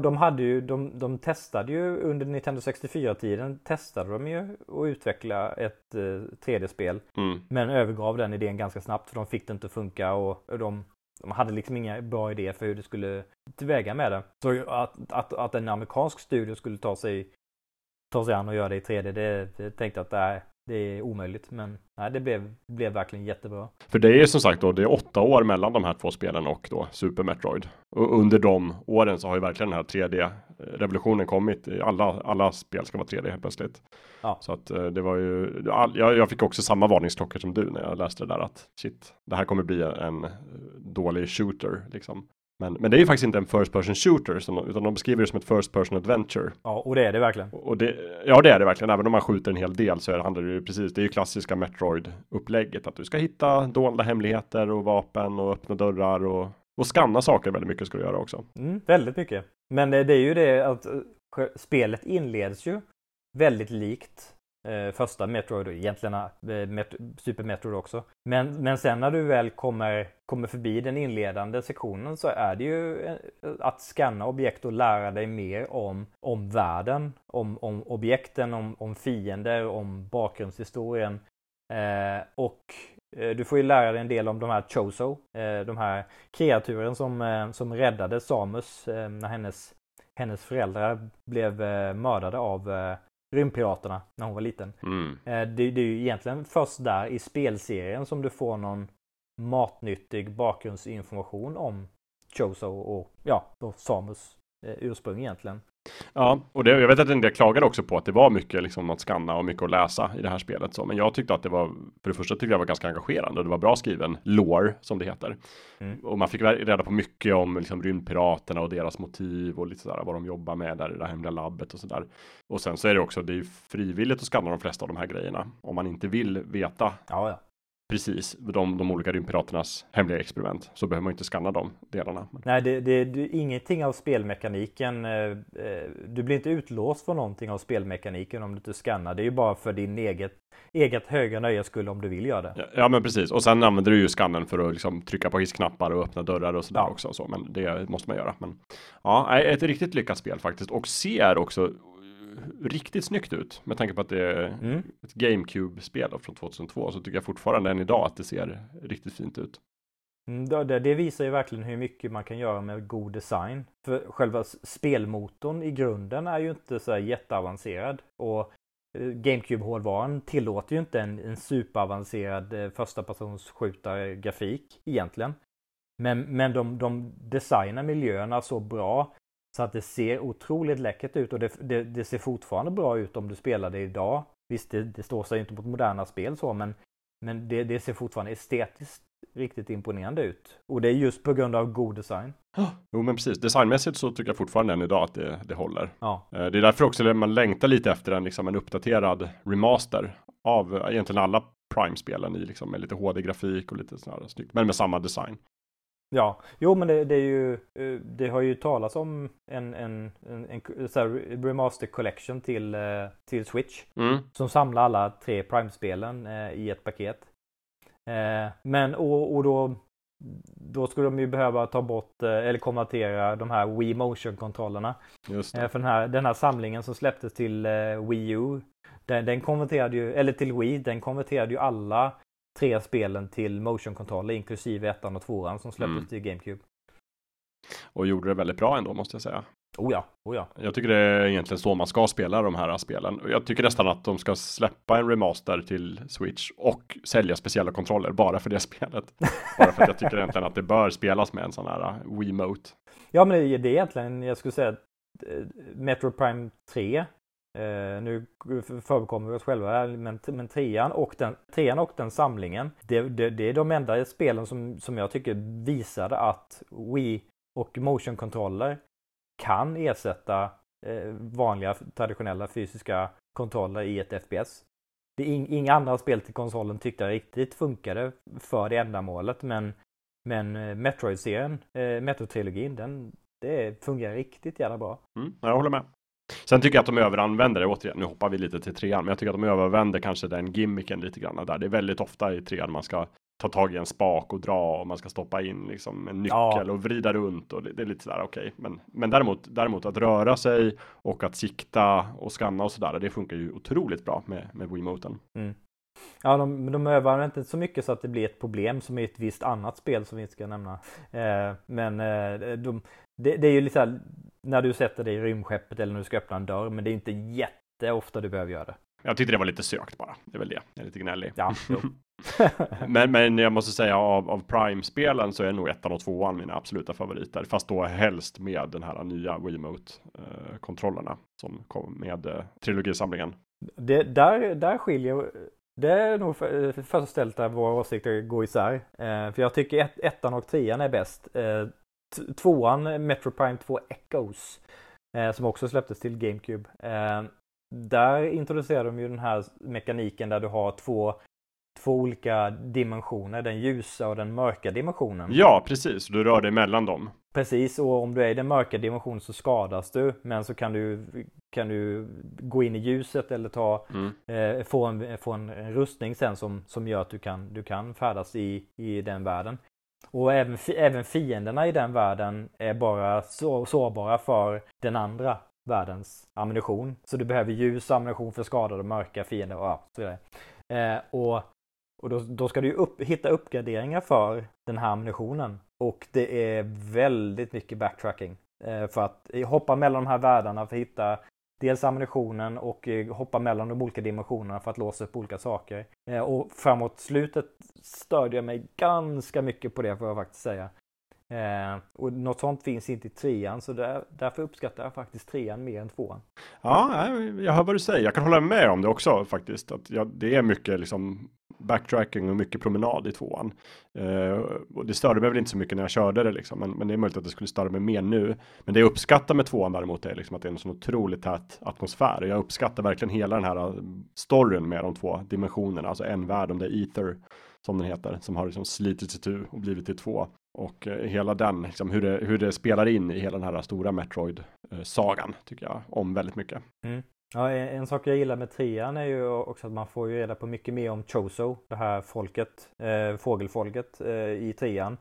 de testade ju under Nintendo 64-tiden testade de ju att utveckla ett 3D-spel. Men övergav den idén ganska snabbt för de fick det inte funka och de hade liksom inga bra idéer för hur det skulle tillväga med det. Så att en amerikansk studio skulle ta sig an och göra det i 3D, det tänkte att det är omöjligt. Men nej, det blev verkligen jättebra. För det är som sagt då, det är 8 år mellan de här två spelen och då Super Metroid. Och under de åren så har ju verkligen den här 3D-revolutionen kommit. Alla spel ska vara 3D helt plötsligt. Ja. Så att det var ju... Jag fick också samma varningsklockor som du när jag läste det där att shit, det här kommer bli en dålig shooter liksom. Men det är ju faktiskt inte en first person shooter utan de beskriver det som ett first person adventure. Ja, och det är det verkligen. Det är det verkligen. Även om man skjuter en hel del så handlar det ju precis, det är ju klassiska Metroid-upplägget. Att du ska hitta dolda hemligheter och vapen och öppna dörrar och skanna saker väldigt mycket ska du göra också. Väldigt mycket. Men det är ju det att spelet inleds ju väldigt likt första Metroid och egentligen Super Metroid också. Men sen när du väl kommer förbi den inledande sektionen så är det ju att scanna objekt och lära dig mer om världen, om objekten, om fiender, om bakgrundshistorien. Och du får ju lära dig en del om de här Chozo, de här kreaturen som räddade Samus när hennes föräldrar blev mördade av rymdpiraterna när hon var liten. Det är ju egentligen först där i spelserien som du får någon matnyttig bakgrundsinformation om Chozo och Samus ursprung egentligen. Ja, och jag vet att en del klagade också på att det var mycket liksom att skanna och mycket att läsa i det här spelet. Men jag tyckte att det var, för det första tyckte jag var ganska engagerande och det var bra skriven lore som det heter. Och man fick reda på mycket om liksom rymdpiraterna och deras motiv och lite sådär, vad de jobbar med där i det hemliga labbet och sådär. Och sen så är det också, det är ju frivilligt att skanna de flesta av de här grejerna om man inte vill veta. Ja. Precis, de olika rymdpiraternas hemliga experiment. Så behöver man inte skanna de delarna. Nej, det är ingenting av spelmekaniken. Du blir inte utlåst för någonting av spelmekaniken om du inte skannar. Det är ju bara för din eget höga nöjes skull om du vill göra det. Ja, men precis. Och sen använder du ju skannen för att liksom trycka på hissknappar och öppna dörrar och sådär också. Så. Men det måste man göra. Men ja, ett riktigt lyckat spel faktiskt. Och ser också riktigt snyggt ut med tanke på att det är ett GameCube-spel från 2002 så tycker jag fortfarande än idag att det ser riktigt fint ut. Det visar ju verkligen hur mycket man kan göra med god design. För själva spelmotorn i grunden är ju inte så här jätteavancerad och GameCube-hårdvaran tillåter ju inte en superavancerad första persons skjutargrafik egentligen. Men de designar miljöerna så bra så att det ser otroligt läckert ut och det ser fortfarande bra ut om du spelar det idag. Visst, det står sig inte mot moderna spel så, men Men det ser fortfarande estetiskt riktigt imponerande ut. Och det är just på grund av god design. Jo, men precis. Designmässigt så tycker jag fortfarande än idag att det håller. Ja. Det är därför också man längtar lite efter en uppdaterad remaster av egentligen alla Prime-spelen i liksom med lite HD-grafik och lite sådär snyggt. Men med samma design. Ja, jo men det är ju, det har ju talats om en så här remaster collection till Switch. Som samlar alla 3 Prime-spelen i ett paket. Men och då skulle de ju behöva ta bort eller konvertera de här Wii Motion-kontrollerna. Just det. För den här samlingen som släpptes till Wii U, den konverterade ju, eller till Wii, den konverterade ju alla 3 spelen till motion-kontroller, inklusive 1:an och 2:an som släpptes till GameCube. Och gjorde det väldigt bra ändå, måste jag säga. Oh ja. Jag tycker det är egentligen så man ska spela de här spelen. Jag tycker nästan att de ska släppa en remaster till Switch och sälja speciella kontroller bara för det spelet. Bara för att jag tycker egentligen att det bör spelas med en sån här Wiimote. Ja, men det är egentligen, jag skulle säga Metroid Prime 3. Nu förekommer vi oss själva, men trean och den samlingen, det är de enda spelen som jag tycker visade att Wii och motion-kontroller kan ersätta vanliga traditionella fysiska kontroller i ett FPS. Det är inga andra spel till konsolen tyckte jag riktigt funkade för det ändamålet, men Metroid-serien, Metroid-trilogin, det fungerar riktigt jävla bra. Jag håller med. Sen tycker jag att de överanvänder det, återigen, nu hoppar vi lite till 3:an, men jag tycker att de överanvänder kanske den gimmicken lite grann där. Det är väldigt ofta i 3:an man ska ta tag i en spak och dra och man ska stoppa in liksom en nyckel och vrida runt och det är lite sådär okej. Men däremot att röra sig och att sikta och skanna och sådär, det funkar ju otroligt bra med Wiimoten. Ja, de övar inte så mycket så att det blir ett problem som i ett visst annat spel som vi inte ska nämna. Men det är ju lite här, när du sätter dig i rymdskeppet eller när du ska öppna en dörr, men det är inte jätteofta du behöver göra det. Jag tyckte det var lite sökt bara. Det är väl det. Jag är lite gnällig. Ja, men jag måste säga av Prime-spelen så är nog 1:an och 2:an mina absoluta favoriter. Fast då helst med den här nya Wiimote-kontrollerna som kom med trilogisamlingen. Där skiljer... Det är nog första stället där våra åsikter går isär. För jag tycker 1:an och 3:an är bäst. 2:an, Metro Prime 2 Echoes, som också släpptes till GameCube. Där introducerar de ju den här mekaniken där du har två olika dimensioner, den ljusa och den mörka dimensionen. Ja, precis. Du rör dig mellan dem. Precis, och om du är i den mörka dimensionen så skadas du, men så kan du gå in i ljuset eller få en rustning sen som gör att du kan färdas i den världen. Och även fienderna i den världen är bara sårbara för den andra världens ammunition. Så du behöver ljus ammunition för skadade och mörka fiender och så vidare. Och då ska du hitta uppgraderingar för den här ammunitionen. Och det är väldigt mycket backtracking. För att hoppa mellan de här världarna för att hitta dels ammunitionen och hoppa mellan de olika dimensionerna för att låsa upp olika saker. Och framåt slutet störde jag mig ganska mycket på det, får jag faktiskt säga. Och något sånt finns inte i 3:an, så därför uppskattar jag faktiskt 3:an mer än 2:an. Ja, jag hör vad du säger. Jag kan hålla med om det också faktiskt. Att det är mycket liksom backtracking och mycket promenad i 2:an. Och det störde mig väl inte så mycket när jag körde det liksom, men det är möjligt att det skulle störa mig mer nu. Men det jag uppskattar med 2:an däremot är liksom att det är en sån otroligt tät atmosfär. Jag uppskattar verkligen hela den här storyn med de 2 dimensionerna. Alltså en värld, om det är Ether som den heter, som har liksom slitits itu och blivit till 2. Och hela den, liksom, hur det spelar in i hela den här stora Metroid-sagan tycker jag om väldigt mycket. Ja, en sak jag gillar med 3:an är ju också att man får ju reda på mycket mer om Chozo, det här fågelfolket i 3:an.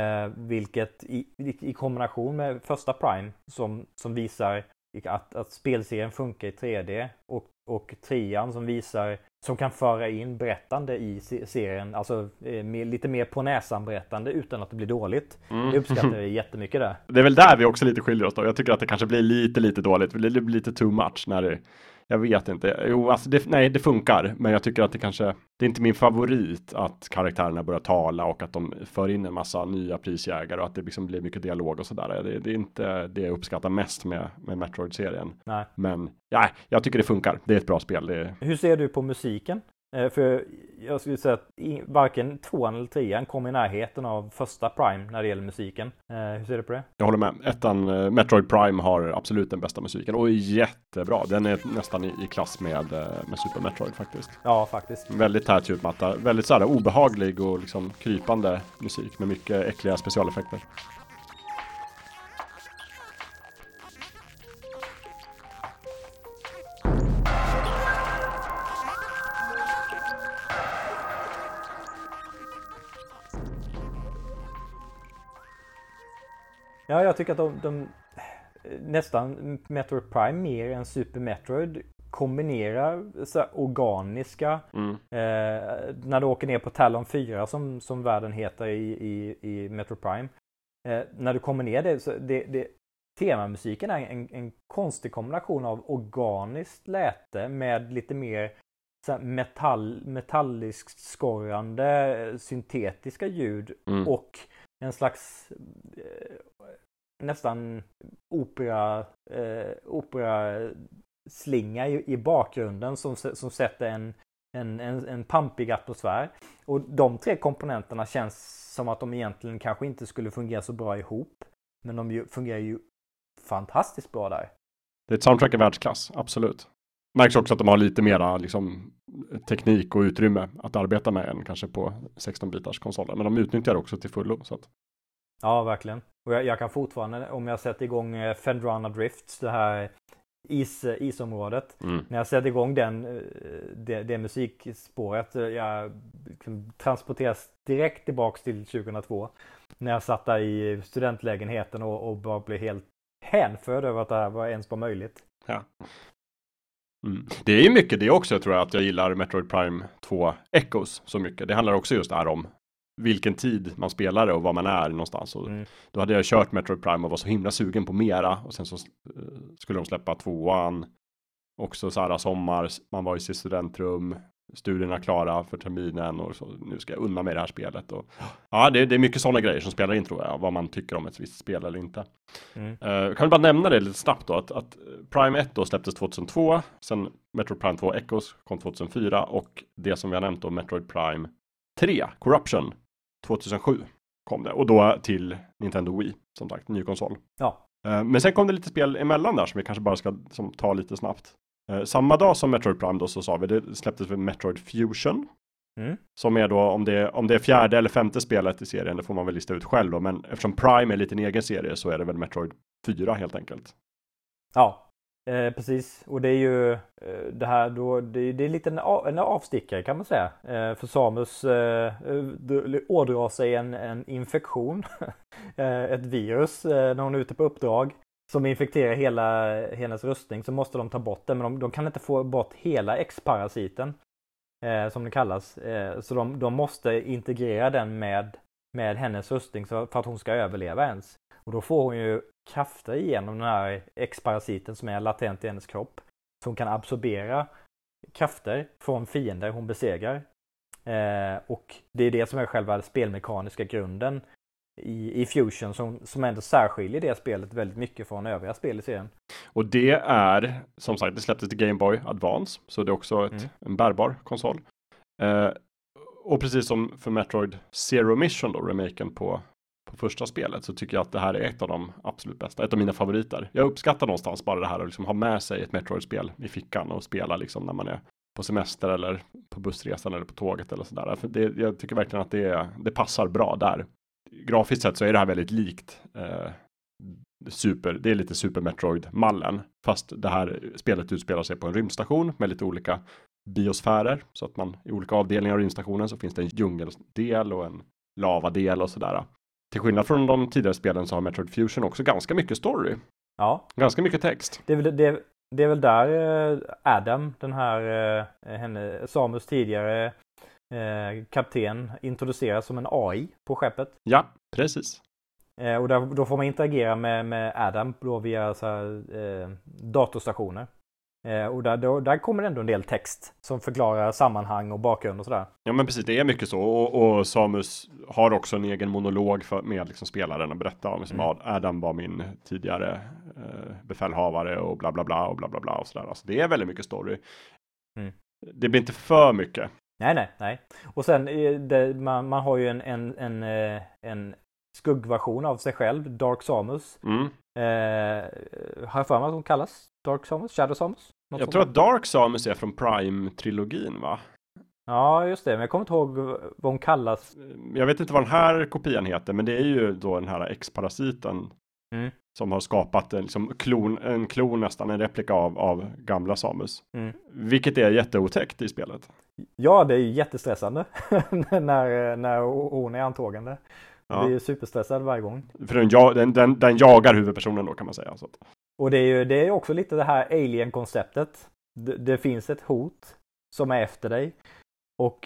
Vilket i kombination med första Prime som visar att spelserien funkar i 3D och 3:an som kan föra in berättande i serien, alltså lite mer på näsan berättande utan att det blir dåligt. Jag uppskattar det jättemycket där. Det är väl där vi också lite skiljer oss då. Jag tycker att det kanske blir lite dåligt. Det blir lite too much när det... Jag vet inte. Jo, alltså det funkar. Men jag tycker att det är inte min favorit att karaktärerna börjar tala och att de för in en massa nya prisjägare och att det liksom blir mycket dialog och sådär. Det är inte det jag uppskattar mest med Metroid-serien. Nej. Men jag tycker det funkar. Det är ett bra spel. Hur ser du på musiken? För jag skulle säga att varken 2:an eller 3:an kommer i närheten av första Prime när det gäller musiken. Hur ser du på det? Jag håller med. Ettan, Metroid Prime har absolut den bästa musiken och är jättebra. Den är nästan i klass med Super Metroid faktiskt. Ja, faktiskt. Väldigt tät ljudmatta, väldigt så här obehaglig och liksom krypande musik med mycket äckliga specialeffekter. Ja, jag tycker att de nästan Metroid Prime mer än Super Metroid kombinerar så här organiska när du åker ner på Talon 4 som världen heter i Metroid Prime. När du kommer ner det, så temamusiken är en konstig kombination av organiskt läte med lite mer så här metalliskt skorrande syntetiska ljud och en slags nästan opera slinga i bakgrunden som sätter en pampig atmosfär. Och de tre komponenterna känns som att de egentligen kanske inte skulle fungera så bra ihop. Men de fungerar ju fantastiskt bra där. Det är ett soundtrack i världsklass, absolut. Märks också att de har lite mera liksom, teknik och utrymme att arbeta med än kanske på 16-bitars konsoler. Men de utnyttjar också till fullo. Så att... Ja, verkligen. Och jag kan fortfarande, om jag sätter igång Phendrana Drifts, det här isområdet. När jag sätter igång det musikspåret, jag transporteras direkt tillbaks till 2002. När jag satt där i studentlägenheten och bara blev helt hänförd över att det här ens var möjligt. Ja. Det är ju mycket det också, tror jag, att jag gillar Metroid Prime 2 Echoes så mycket. Det handlar också just där om vilken tid man spelar och var man är någonstans. Och då hade jag kört Metroid Prime och var så himla sugen på mera. Och sen så skulle de släppa 2:an. Också så här sommar, man var i sitt studentrum. Studierna klara för terminen och så, nu ska jag unna mig det här spelet. Och, ja, det är mycket sådana grejer som spelar in, tror jag. Vad man tycker om ett visst spel eller inte. Kan vi bara nämna det lite snabbt då. Att Prime 1 då släpptes 2002. Sen Metroid Prime 2 Echoes kom 2004. Och det som vi har nämnt då, Metroid Prime 3, Corruption, 2007 kom det. Och då till Nintendo Wii, som sagt, ny konsol. Ja. Men sen kom det lite spel emellan där som vi kanske bara ska ta lite snabbt. Samma dag som Metroid Prime då, så sa vi, det släpptes för Metroid Fusion. Som är då, om det är fjärde eller femte spelet i serien, det får man väl lista ut själv då. Men eftersom Prime är lite en egen serie så är det väl Metroid 4 helt enkelt. Ja, precis. Och det är ju det här då, det är lite en avstickare kan man säga. För Samus ådrar sig en infektion, ett virus när hon är ute på uppdrag. Som infekterar hela hennes rustning, så måste de ta bort den. Men de kan inte få bort hela X-parasiten, som det kallas. Så de måste integrera den med hennes rustning för att hon ska överleva ens. Och då får hon ju krafter igenom den här X-parasiten som är latent i hennes kropp. Så hon kan absorbera krafter från fiender hon besegrar. Och det är det som är själva spelmekaniska grunden i Fusion som ändå särskiljer det spelet väldigt mycket från övriga spel i serien. Och det är, som sagt, det släpptes till Game Boy Advance, så det är också en bärbar konsol. Och precis som för Metroid Zero Mission då, remaken på första spelet, så tycker jag att det här är ett av de absolut bästa, ett av mina favoriter. Jag uppskattar någonstans bara det här att liksom ha med sig ett Metroid-spel i fickan och spela liksom när man är på semester eller på bussresan eller på tåget eller sådär. För jag tycker verkligen att det passar bra där. Grafiskt sett så är det här väldigt likt det är lite Super Metroid-mallen. Fast det här spelet utspelar sig på en rymdstation med lite olika biosfärer. Så att man i olika avdelningar av rymdstationen så finns det en djungeldel och en lavadel och sådär. Till skillnad från de tidigare spelen så har Metroid Fusion också ganska mycket story. Ja. Ganska mycket text. Det är väl där Adam, den här Samus tidigare kapten, introduceras som en AI på skeppet. Ja, precis. Och då får man interagera med Adam då via så här, datorstationer. Och där kommer ändå en del text som förklarar sammanhang och bakgrund och sådär. Ja, men precis, det är mycket så. Och Samus har också en egen monolog med liksom spelaren och berättar om liksom, Adam var min tidigare befälhavare och bla bla bla och bla bla bla och sådär. Alltså, det är väldigt mycket story. Det blir inte för mycket Nej. Och sen man har ju en skuggversion av sig själv, Dark Samus. Har jag för mig att hon kallas Dark Samus? Shadow Samus? Jag tror att Dark Samus är från Prime-trilogin, va? Ja, just det. Men jag kommer inte ihåg vad hon kallas. Jag vet inte vad den här kopian heter, men det är ju då den här X-parasiten som har skapat en klon nästan, en replika av gamla Samus. Vilket är jätteotäckt i spelet. Ja, det är ju jättestressande när hon är antågande. Ja. Det är ju superstressad varje gång. För den jagar huvudpersonen då, kan man säga. Så att. Och det är också lite det här alien-konceptet. Det finns ett hot som är efter dig. Och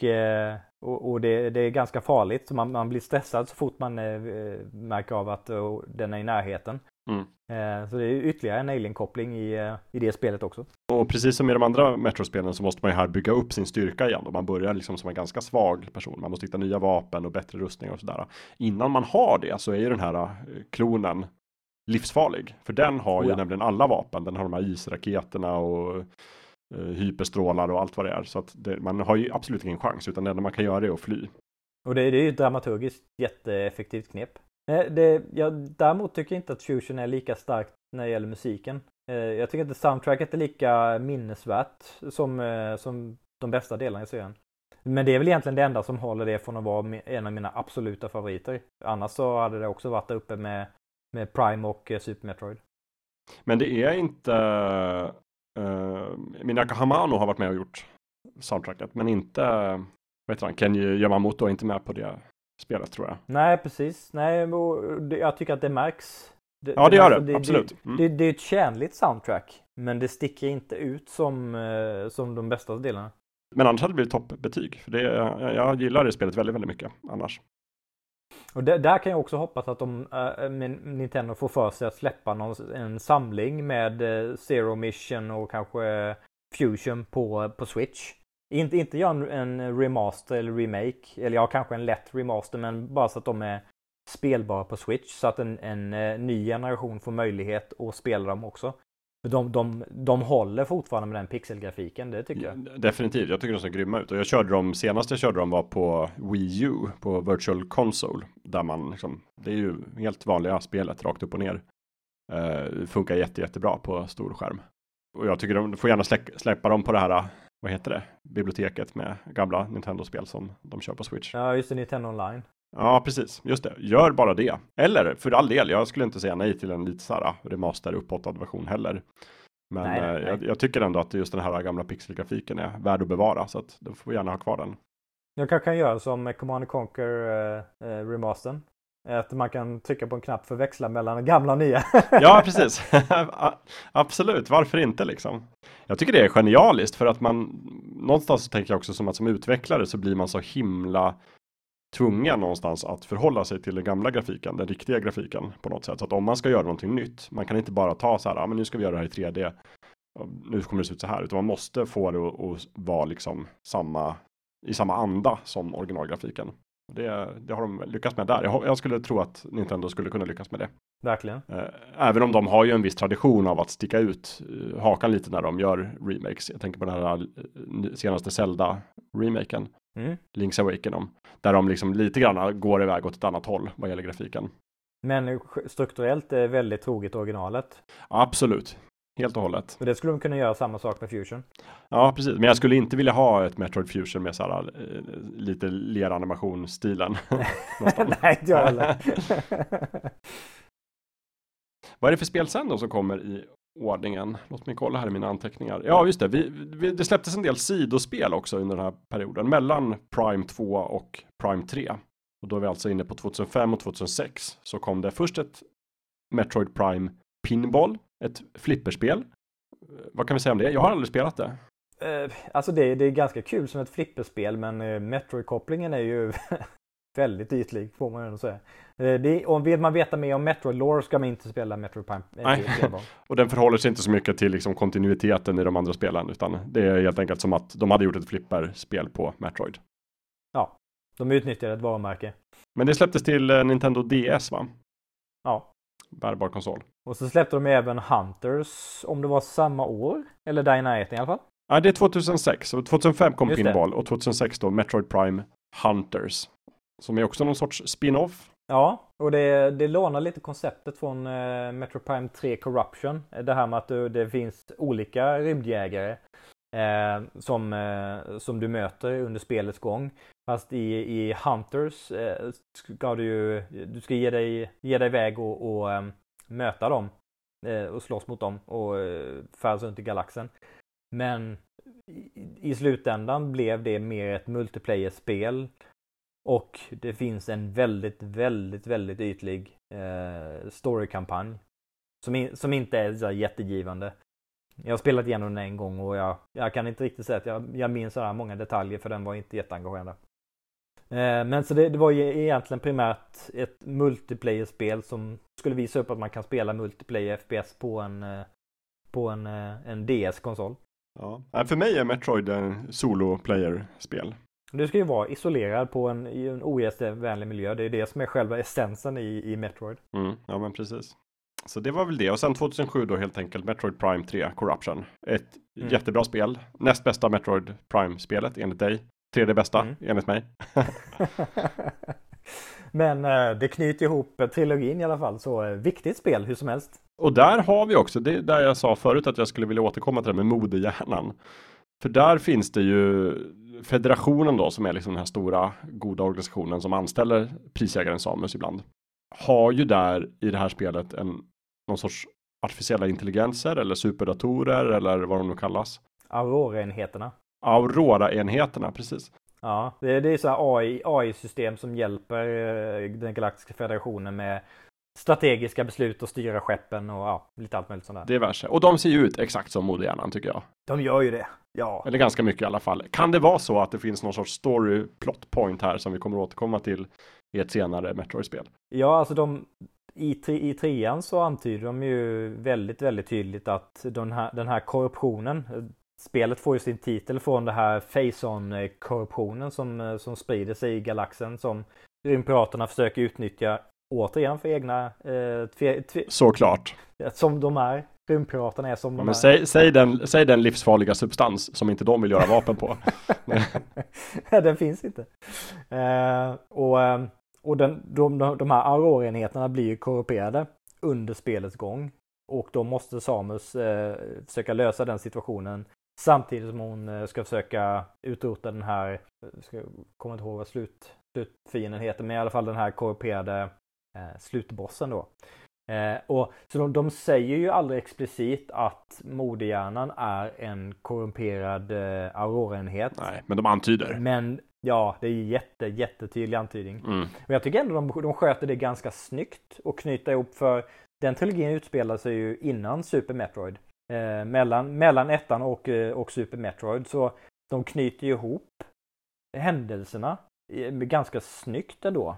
det är ganska farligt. Så man blir stressad så fort man märker av att den är i närheten. Så det är ytterligare en alien-koppling i det spelet också. Och precis som i de andra Metro-spelen så måste man ju här bygga upp sin styrka igen. Då man börjar liksom som en ganska svag person. Man måste hitta nya vapen och bättre rustningar och sådär. Innan man har det så är ju den här klonen livsfarlig. För den har ju nämligen alla vapen. Den har de här israketerna och hyperstrålar och allt vad det är. Så att man har ju absolut ingen chans, utan det enda man kan göra är att fly. Och det är ju ett dramaturgiskt jätteeffektivt knep. Däremot tycker jag inte att Fusion är lika starkt när det gäller musiken. Jag tycker inte soundtracket är lika minnesvärt som de bästa delarna i serien. Men det är väl egentligen det enda som håller det från att vara en av mina absoluta favoriter. Annars så hade det också varit uppe med Prime och Super Metroid. Men det är inte... Minaka Hamano har varit med och gjort soundtracket, men inte Kenji Yamamoto är inte med på det spelet, tror jag. Nej, precis. Nej, jag tycker att det märks. Det gör det, absolut. Det är ett tjänligt soundtrack, men det sticker inte ut som de bästa delarna. Men annars hade det blivit toppbetyg, för jag gillar det spelet väldigt, väldigt mycket annars. Och där kan jag också hoppas att Nintendo får för sig att släppa en samling med Zero Mission och kanske Fusion på Switch. Inte göra en remaster eller remake, eller kanske en lätt remaster, men bara så att de är spelbara på Switch, så att en ny generation får möjlighet att spela dem också. De håller fortfarande med den pixelgrafiken, det tycker jag. Definitivt, jag tycker de ser grymma ut. Och senast jag körde dem var på Wii U, på Virtual Console. Där man liksom, det är ju helt vanliga spelet, rakt upp och ner. Funkar jättebra på stor skärm. Och jag tycker de får gärna släppa dem på det här, vad heter det? Biblioteket med gamla Nintendo-spel som de kör på Switch. Ja, just det, Nintendo Online. Ja, precis. Just det. Gör bara det. Eller, för all del, jag skulle inte säga nej till en lite så här remaster upphottad version heller. Men nej. Jag tycker ändå att just den här gamla pixelgrafiken är värd att bevara, så att de får gärna ha kvar den. Jag kanske kan göra som Command & Conquer remastern. Att man kan trycka på en knapp för att växla mellan gamla och nya. Ja, precis. Absolut. Varför inte liksom? Jag tycker det är genialiskt, för att någonstans så tänker jag också som att som utvecklare så blir man så himla tvungen någonstans att förhålla sig till den gamla grafiken, den riktiga grafiken på något sätt. Så att om man ska göra någonting nytt, man kan inte bara ta så här, men nu ska vi göra det här i 3D. Nu kommer det se ut så här, utan man måste få det att vara liksom i samma anda som originalgrafiken. Det har de lyckats med där. Jag skulle tro att Nintendo skulle kunna lyckas med det. Verkligen. Även om de har ju en viss tradition av att sticka ut hakan lite när de gör remakes. Jag tänker på den här senaste Zelda-remaken. Link's Awakening. Där de liksom lite grann går iväg åt ett annat håll vad gäller grafiken. Men strukturellt är väldigt troget originalet. Absolut. Helt och hållet. Och det skulle de kunna göra samma sak med Fusion. Ja, precis. Men jag skulle inte vilja ha ett Metroid Fusion med så här, lite leranimation-stilen. Nej, inte jag heller. Vad är det för spel sen då som kommer i ordningen? Låt mig kolla här i mina anteckningar. Ja, just det. Det släpptes en del sidospel också under den här perioden. Mellan Prime 2 och Prime 3. Och då är vi alltså inne på 2005 och 2006. Så kom det först ett Metroid Prime Pinball. Ett flipperspel. Vad kan vi säga om det? Jag har aldrig spelat det. Alltså det är ganska kul som ett flipperspel, men Metroid-kopplingen är ju väldigt ytlig, får man ändå säga. Om vill man veta mer om Metroid-lore ska man inte spela Metroid Prime. Och den förhåller sig inte så mycket till liksom kontinuiteten i de andra spelen, utan det är helt enkelt som att de hade gjort ett flipperspel på Metroid. Ja, de utnyttjade ett varumärke. Men det släpptes till Nintendo DS, va? Ja. Bärbar konsol. Och så släppte de även Hunters, om det var samma år, eller där i närheten i alla fall. Ja, det är 2006. Och 2005 kom Just det. Pinball och 2006 då Metroid Prime Hunters. Som är också någon sorts spin-off. Ja, och det lånar lite konceptet från Metroid Prime 3 Corruption. Det här med att det finns olika rymdjägare som du möter under spelets gång. Fast i Hunters ska du ska ge dig iväg och möta dem och slåss mot dem och färdas runt i galaxen. Men i slutändan blev det mer ett multiplayer-spel och det finns en väldigt, väldigt, väldigt ytlig storykampanj som inte är så jättegivande. Jag har spelat igenom den en gång och jag kan inte riktigt säga att jag minns så här många detaljer för den var inte jätteengagerande. Men så det var ju egentligen primärt ett multiplayer-spel som skulle visa upp att man kan spela multiplayer FPS på en DS-konsol. Ja. För mig är Metroid en solo-player-spel. Du ska ju vara isolerad i en ogästvänlig miljö. Det är det som är själva essensen i Metroid. Ja, men precis. Så det var väl det. Och sen 2007 då helt enkelt Metroid Prime 3 Corruption. Ett jättebra spel. Näst bästa Metroid Prime-spelet enligt dig. Tredje bästa enligt mig. Men det knyter ihop trilogin i alla fall. Så viktigt spel hur som helst. Och där har vi också, det där jag sa förut att jag skulle vilja återkomma till det med modehjärnan. För där finns det ju Federationen då som är liksom den här stora goda organisationen som anställer prisjägaren Samus ibland. Har ju där i det här spelet någon sorts artificiella intelligenser eller superdatorer eller vad de nu kallas. Aurora-enheterna. Aurora-enheterna, precis. Ja, det är så här AI-system som hjälper den galaktiska federationen med strategiska beslut och styra skeppen och lite allt möjligt sånt där. Det är värre. Och de ser ju ut exakt som modehjärnan tycker jag. De gör ju det, ja. Eller ganska mycket i alla fall. Kan det vara så att det finns någon sorts story plot point här som vi kommer återkomma till i ett senare Metroid-spel? Ja, alltså i trean så antyder de ju väldigt, väldigt tydligt att den här korruptionen, spelet får ju sin titel från det här Phazon-korruptionen som sprider sig i galaxen som rymdpiraterna försöker utnyttja återigen för egna såklart. Som de är. Rymdpiraterna är som de är. Säg den livsfarliga substans som inte de vill göra vapen på. Den finns inte. Och de här Aurora-enheterna blir ju korrumperade under spelets gång. Och då måste Samus försöka lösa den situationen samtidigt som hon ska försöka utrota den här, jag kommer inte ihåg vad slutfienden heter, men i alla fall den här korrumperade slutbossen då. Så de säger ju aldrig explicit att modehjärnan är en korrumperad Aurora-enhet. Nej, men de antyder. Men ja, det är jättetydlig antydning. Och jag tycker ändå de sköter det ganska snyggt och knyter ihop, för den trilogin utspelar sig ju innan Super Metroid. Mellan ettan och Super Metroid, så de knyter ihop händelserna ganska snyggt ändå.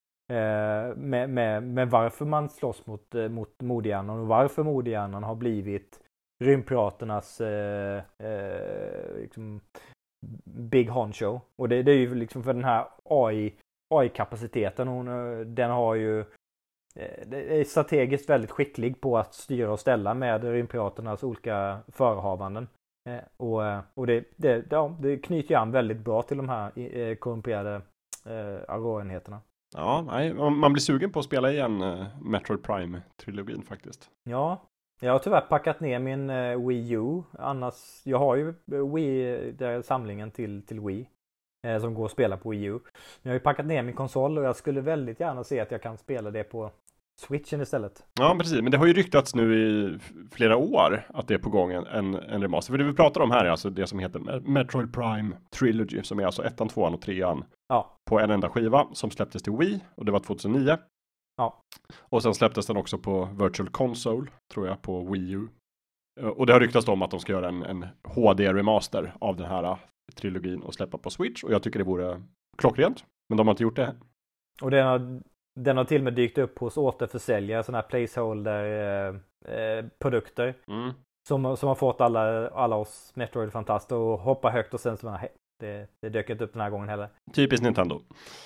Med varför man slåss mot modehjärnan och varför modehjärnan har blivit rymdpiraternas liksom big honcho. Och det är ju liksom för den här AI-kapaciteten den har ju det är strategiskt väldigt skicklig på att styra och ställa med rymdpiraternas olika förehavanden. Och det knyter ju an väldigt bra till de här korrumperade Aurora-enheterna. Ja, man blir sugen på att spela igen Metroid Prime-trilogin faktiskt. Ja, jag har tyvärr packat ner min Wii U. Annars, jag har ju Wii, där samlingen till Wii som går att spela på Wii U. Jag har ju packat ner min konsol och jag skulle väldigt gärna se att jag kan spela det på Switchen istället. Ja, precis. Men det har ju ryktats nu i flera år att det är på gång en remaster. För det vi pratar om här är alltså det som heter Metroid Prime Trilogy, som är alltså 1:an, 2:an och 3:an på en enda skiva som släpptes till Wii, och det var 2009. Ja. Och sen släpptes den också på Virtual Console, tror jag, på Wii U. Och det har ryktats om att de ska göra en HD-remaster av den här trilogin och släppa på Switch, och jag tycker det vore klockrent, men de har inte gjort det. Och den har till och med dykt upp hos återförsäljare, sådana här placeholder-produkter som har fått alla oss Metroid-fantaster att hoppa högt, och sen så det dök inte upp den här gången heller. Typiskt Nintendo.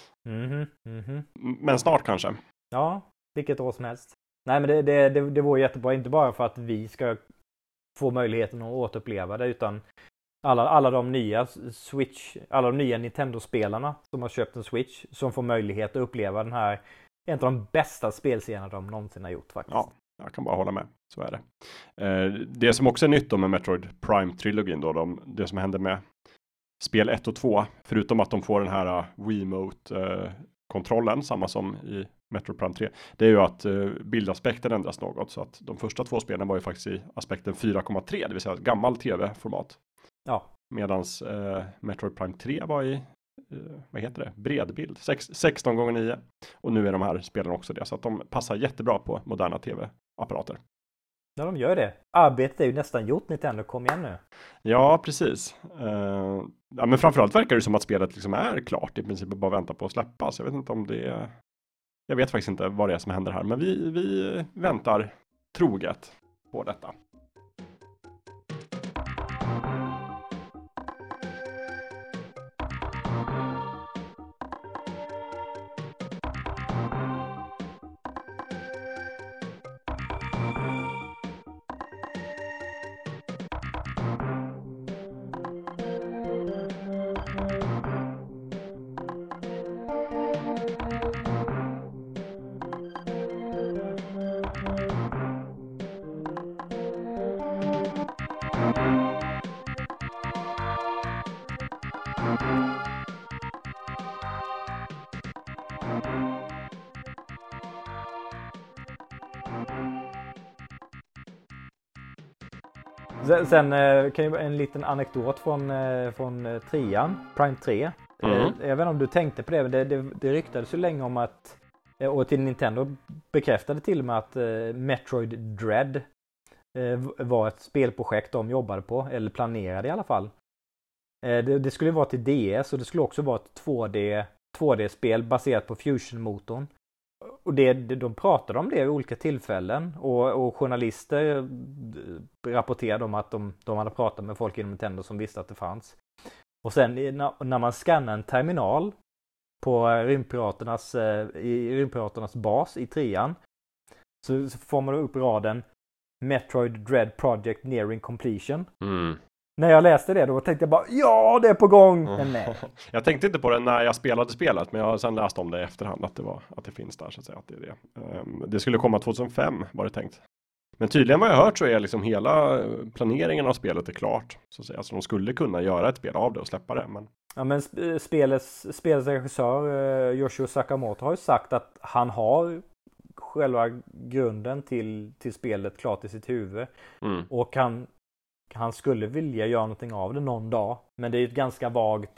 Men snart kanske. Ja, vilket år som helst. Nej, men det vore jättebra, inte bara för att vi ska få möjligheten att återuppleva det, utan alla de nya Switch, alla de nya Nintendo-spelarna som har köpt en Switch som får möjlighet att uppleva den här, en av de bästa spelserierna de någonsin har gjort faktiskt. Ja, jag kan bara hålla med. Så är det. Det som också är nytt då med Metroid Prime-trilogin då, det som händer med spel 1 och 2, förutom att de får den här Wiimote-kontrollen, samma som i Metroid Prime 3, det är ju att bildaspekten ändras något. Så att de första 2 spelen var ju faktiskt i aspekten 4,3, det vill säga ett gammal tv-format. Ja. Medans Metroid Prime 3 var i, vad heter det? Bredbild, 16x9. Och nu är de här spelen också det, så att de passar jättebra på moderna tv-apparater. Ja, de gör det. Arbetet är ju nästan gjort, Nintendo, kom igen nu. Ja, precis. Ja, men framförallt verkar det som att spelet liksom är klart. I princip bara vänta på att släppas. Jag vet inte om det... Jag vet faktiskt inte vad det är som händer här. Men vi väntar troget på detta. Sen kan ju en liten anekdot från trean, Prime 3. Jag vet inte om du tänkte på det, men det ryktades ju länge om att, och till Nintendo bekräftade till och med att Metroid Dread var ett spelprojekt de jobbade på, eller planerade i alla fall. Det skulle vara till DS och det skulle också vara ett 2D-spel baserat på Fusion-motorn. Och de pratade om det vid olika tillfällen och journalister rapporterade om att de hade pratat med folk inom Nintendo som visste att det fanns. Och sen när man skannar en terminal på Rymdpiraternas bas i trean så får man upp raden Metroid Dread Project Nearing Completion. När jag läste det då tänkte jag bara, ja, det är på gång! Men nej. Jag tänkte inte på det när jag spelade spelet, men jag har sedan läst om det i efterhand att det finns där, så att säga, att det är det. Det skulle komma 2005 var det tänkt. Men tydligen vad jag hört så är liksom hela planeringen av spelet är klart, så att säga. Så de skulle kunna göra ett spel av det och släppa det. Men... Ja, men spelets regissör Yoshio Sakamoto har ju sagt att han har själva grunden till spelet klart i sitt huvud. Och han skulle vilja göra någonting av det någon dag. Men det är ett ganska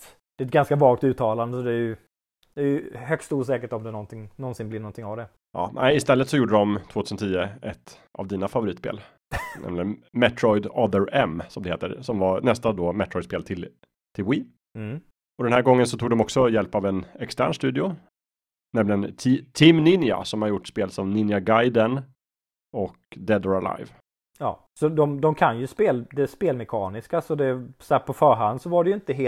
vagt uttalande. Så det är ju högst osäkert om det någonsin blir någonting av det. Ja, nej, istället så gjorde de 2010 ett av dina favoritspel. Nämligen Metroid Other M, som det heter. Som var nästa då Metroid-spel till Wii. Och den här gången så tog de också hjälp av en extern studio. Nämligen Team Ninja, som har gjort spel som Ninja Gaiden och Dead or Alive. Ja, så de kan ju det spelmekaniska, så så här på förhand så var det ju inte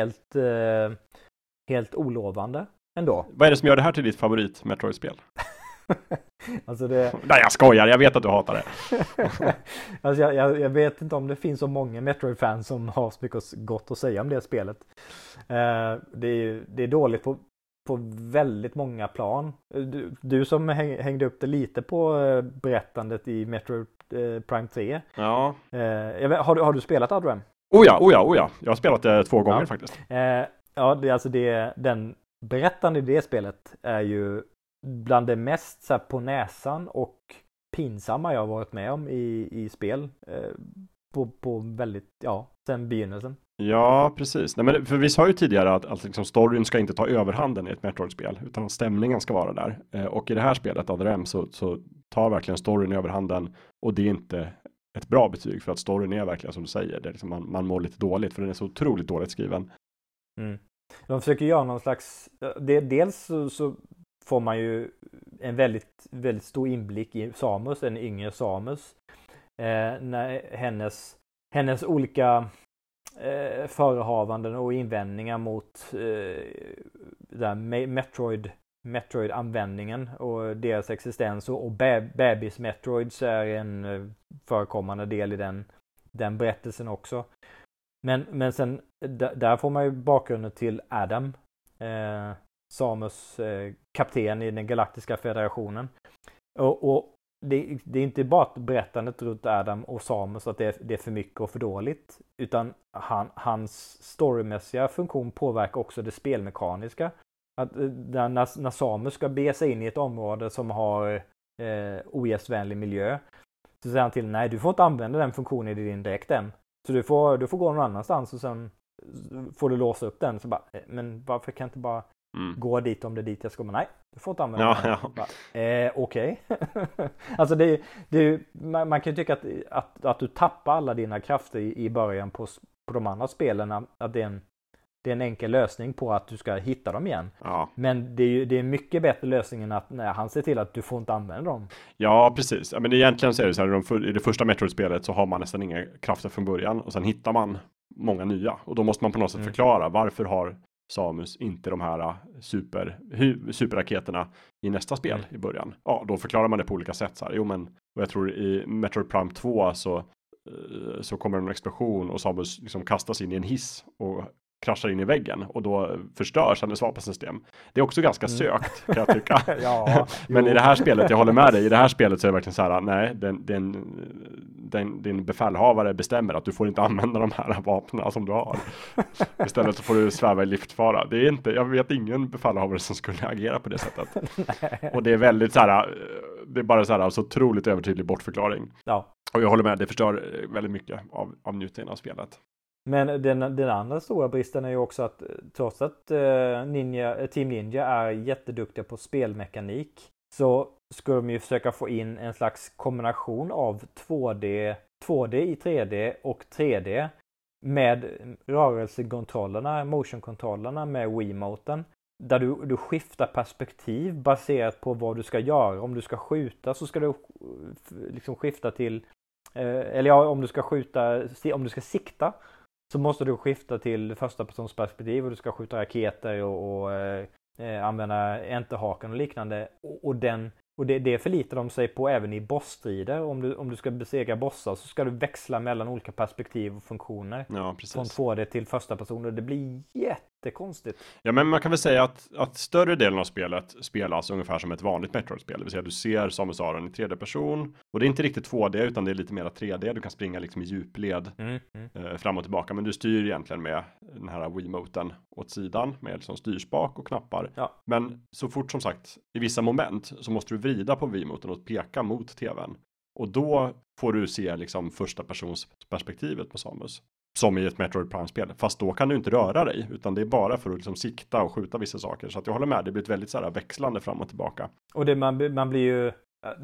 helt olovande ändå. Vad är det som gör det här till ditt favorit Metroid-spel? Alltså Nej, jag skojar, jag vet att du hatar det. Alltså jag vet inte om det finns så många Metroid-fans som har så mycket gott att säga om det spelet. Det är dåligt på väldigt många plan. Du som hängde upp det lite på berättandet i Metroid Prime 3. Ja. Har du spelat Other M? Oh ja. Jag har spelat det 2 gånger faktiskt. Ja, den berättande i det spelet är ju bland det mest så här, på näsan och pinsamma jag har varit med om i spel. På väldigt, sen begynnelsen. Ja, precis. Nej, men för vi sa ju tidigare att liksom storyn ska inte ta överhanden i ett Metroid-spel, utan stämningen ska vara där. Och i det här spelet, Other M, så tar verkligen storyn överhanden, och det är inte ett bra betyg, för att storyn är verkligen som du säger. Det är liksom, man mår lite dåligt, för den är så otroligt dåligt skriven. De försöker göra någon slags... Dels så får man ju en väldigt, väldigt stor inblick i Samus, en yngre Samus. När hennes olika förehavanden och invändningar mot Metroid-användningen och deras existens, och bebis Metroids är en förekommande del i den berättelsen också. Men sen där får man ju bakgrunden till Adam, Samus kapten i den galaktiska federationen. Och det är inte bara berättandet runt Adam och Samus att det är för mycket och för dåligt, utan hans storymässiga funktion påverkar också det spelmekaniska. Att när Samus ska bege sig in i ett område som har ogästvänlig miljö, så säger han till, nej, du får inte använda den funktionen i din dräkt än. Så du får gå någon annanstans och sen får du låsa upp den. Så bara, men varför kan jag inte bara gå dit om det är dit jag ska? Men nej, du får inte använda den. Ja. Okej. Alltså man kan ju tycka att du tappar alla dina krafter i början på de andra spelen. Att det är en enkel lösning på att du ska hitta dem igen. Ja. Men det är en mycket bättre lösning än att han ser till att du får inte använda dem. Ja, precis. Men egentligen så är det så här, i det första Metroid-spelet så har man nästan inga krafter från början. Och sen hittar man många nya. Och då måste man på något sätt förklara varför har Samus inte de här superraketerna i nästa spel i början. Ja, då förklarar man det på olika sätt. Så här. Och jag tror i Metroid Prime 2 så kommer en explosion och Samus liksom kastas in i en hiss och kraschar in i väggen och då förstörs hennes vapensystem. Det är också ganska sökt, kan jag tycka. Men i det här spelet, jag håller med dig, i det här spelet så är det verkligen så här, nej, din befälhavare bestämmer att du får inte använda de här vapnen som du har. Istället så får du sväva i liftfara. Det är inte, jag vet ingen befälhavare som skulle agera på det sättet. Och det är väldigt så här, det är bara så här, så otroligt övertydlig bortförklaring. Ja. Och jag håller med, det förstör väldigt mycket av njutningen av spelet. Men den andra stora bristen är ju också att trots att Team Ninja är jätteduktiga på spelmekanik, så ska de ju försöka få in en slags kombination av 2D i 3D och 3D med rörelsekontrollerna, motionkontrollerna med Wiimoten, där du skiftar perspektiv baserat på vad du ska göra. Om du ska skjuta så ska du liksom skifta till om du ska sikta så måste du skifta till första persons perspektiv och du ska skjuta raketer och använda enterhaken och liknande. Och det förlitar de sig på även i bossstrider. Om du ska besegra bossar så ska du växla mellan olika perspektiv och funktioner. Ja, precis. Från 2D till första person, och det blir jättekonstigt. Ja, men man kan väl säga att större delen av spelet spelas ungefär som ett vanligt Metroid-spel. Det vill säga att du ser Samus Aran i 3D-person. Och det är inte riktigt 2D utan det är lite mer 3D. Du kan springa liksom i djupled fram och tillbaka. Men du styr egentligen med den här Wiimoten åt sidan med liksom styrspak och knappar. Ja. Men så fort som sagt, i vissa moment så måste du vrida på Wiimoten och peka mot tvn. Och då får du se liksom första persons perspektivet på Samus. Som i ett Metroid Prime-spel. Fast då kan du inte röra dig. Utan det är bara för att liksom sikta och skjuta vissa saker. Så att jag håller med. Det blir ett väldigt så här växlande fram och tillbaka. Och det man blir ju...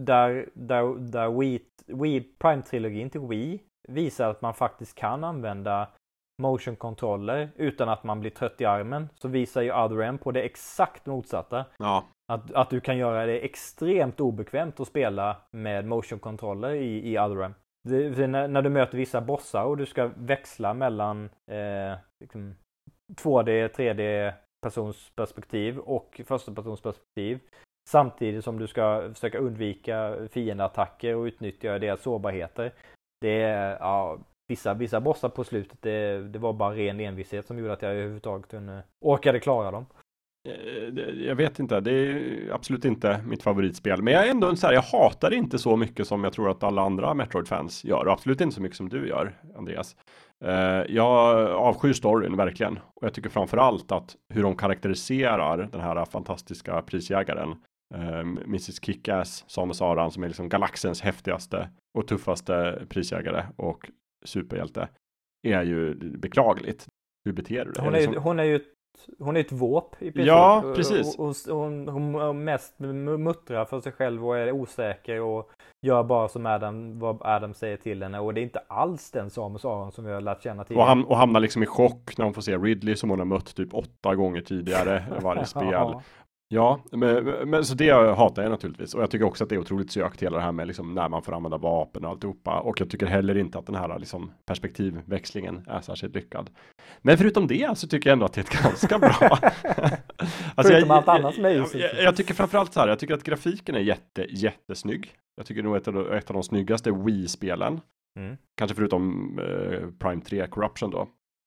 Där Wii Prime-trilogin till Wii visar att man faktiskt kan använda motion-kontroller utan att man blir trött i armen. Så visar ju Other M på det exakt motsatta. Ja. Att du kan göra det extremt obekvämt att spela med motion-kontroller i Other M. När du möter vissa bossar och du ska växla mellan liksom 2D, 3D persons perspektiv och första persons perspektiv, samtidigt som du ska försöka undvika fiendeattacker och utnyttja deras sårbarheter. Det är vissa bossar på slutet, det var bara ren envishet som gjorde att jag överhuvudtaget orkade klara dem. Jag vet inte, det är absolut inte mitt favoritspel. Men jag är ändå så här, jag hatar inte så mycket som jag tror att alla andra Metroid-fans gör. Och absolut inte så mycket som du gör, Andreas. Jag avskyr storyn, verkligen. Och jag tycker framförallt att hur de karaktäriserar den här fantastiska prisjägaren. Mrs. Kick-Ass, Samus Aran, som är liksom galaxens häftigaste och tuffaste prisjägare och superhjälte, är ju beklagligt. Hur beter du dig? Hon är ett våp i princip. Ja, precis. Hon mest muttrar för sig själv och är osäker och gör bara som vad Adam säger till henne. Och det är inte alls den Samus Aran som vi har lärt känna tidigare. Och hamnar liksom i chock när hon får se Ridley som hon har mött typ 8 gånger tidigare i varje spel. Ja, men så det hatar jag naturligtvis. Och jag tycker också att det är otroligt sökt hela det här med liksom när man får använda vapen och alltihopa. Och jag tycker heller inte att den här liksom perspektivväxlingen är särskilt lyckad. Men förutom det så tycker jag ändå att det är ett ganska bra. Alltså förutom allt annat som är jag tycker framförallt så här, jag tycker att grafiken är jättesnygg. Jag tycker nog ett av de snyggaste Wii-spelen. Kanske förutom Prime 3 Corruption då.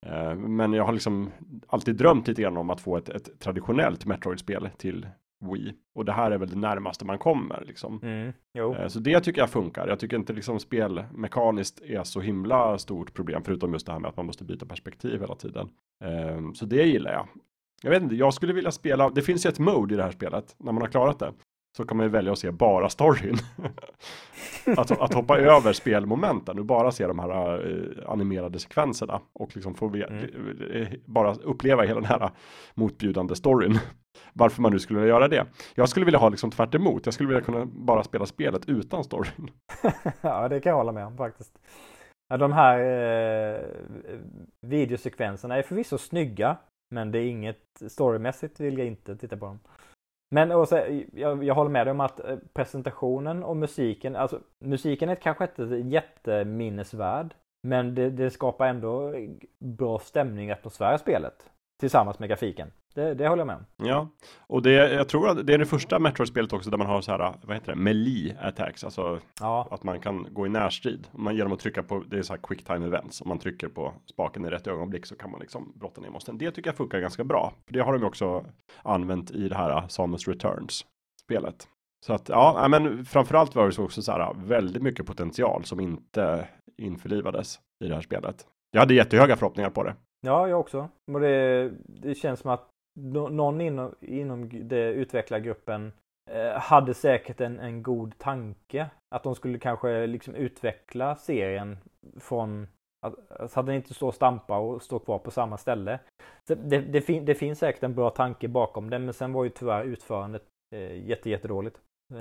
Men jag har liksom alltid drömt lite grann om att få ett traditionellt Metroid-spel till Wii. Och det här är väl det närmaste man kommer liksom. Så det tycker jag funkar. Jag tycker inte liksom spelmekaniskt är så himla stort problem, förutom just det här med att man måste byta perspektiv hela tiden. Så det gillar jag. Jag vet inte, jag skulle vilja spela, det finns ju ett mode i det här spelet, när man har klarat det. Så kan man ju välja att se bara storyn. att hoppa över spelmomenten och bara se de här animerade sekvenserna. Och liksom få bara uppleva hela den här motbjudande storyn. Varför man nu skulle vilja göra det. Jag skulle vilja ha liksom tvärt emot. Jag skulle vilja kunna bara spela spelet utan storyn. Ja, det kan jag hålla med om faktiskt. Ja, de här videosekvenserna är förvisso snygga. Men det är inget storymässigt, vill jag inte titta på dem. Men också, jag håller med dig om att presentationen och musiken, alltså musiken är kanske inte jätteminnesvärd, men det skapar ändå bra stämning och atmosfär i spelet tillsammans med grafiken. Det håller jag med om. Ja, och jag tror att det är det första Metroid-spelet också där man har så här, vad heter det, melee attacks, alltså att man kan gå i närstrid. Genom att trycka på, det är så här quick time events, om man trycker på spaken i rätt ögonblick så kan man liksom brotta ner monstern. Det tycker jag funkar ganska bra, för det har de också använt i det här Samus Returns-spelet. Så att, ja, men framförallt var det också så här väldigt mycket potential som inte införlivades i det här spelet. Jag hade jättehöga förhoppningar på det. Ja, jag också. Och det känns som att någon inom det utvecklargruppen hade säkert en god tanke. Att de skulle kanske liksom utveckla serien från att den inte står och stampa och står kvar på samma ställe. Så det finns säkert en bra tanke bakom det, men sen var ju tyvärr utförandet jättedåligt.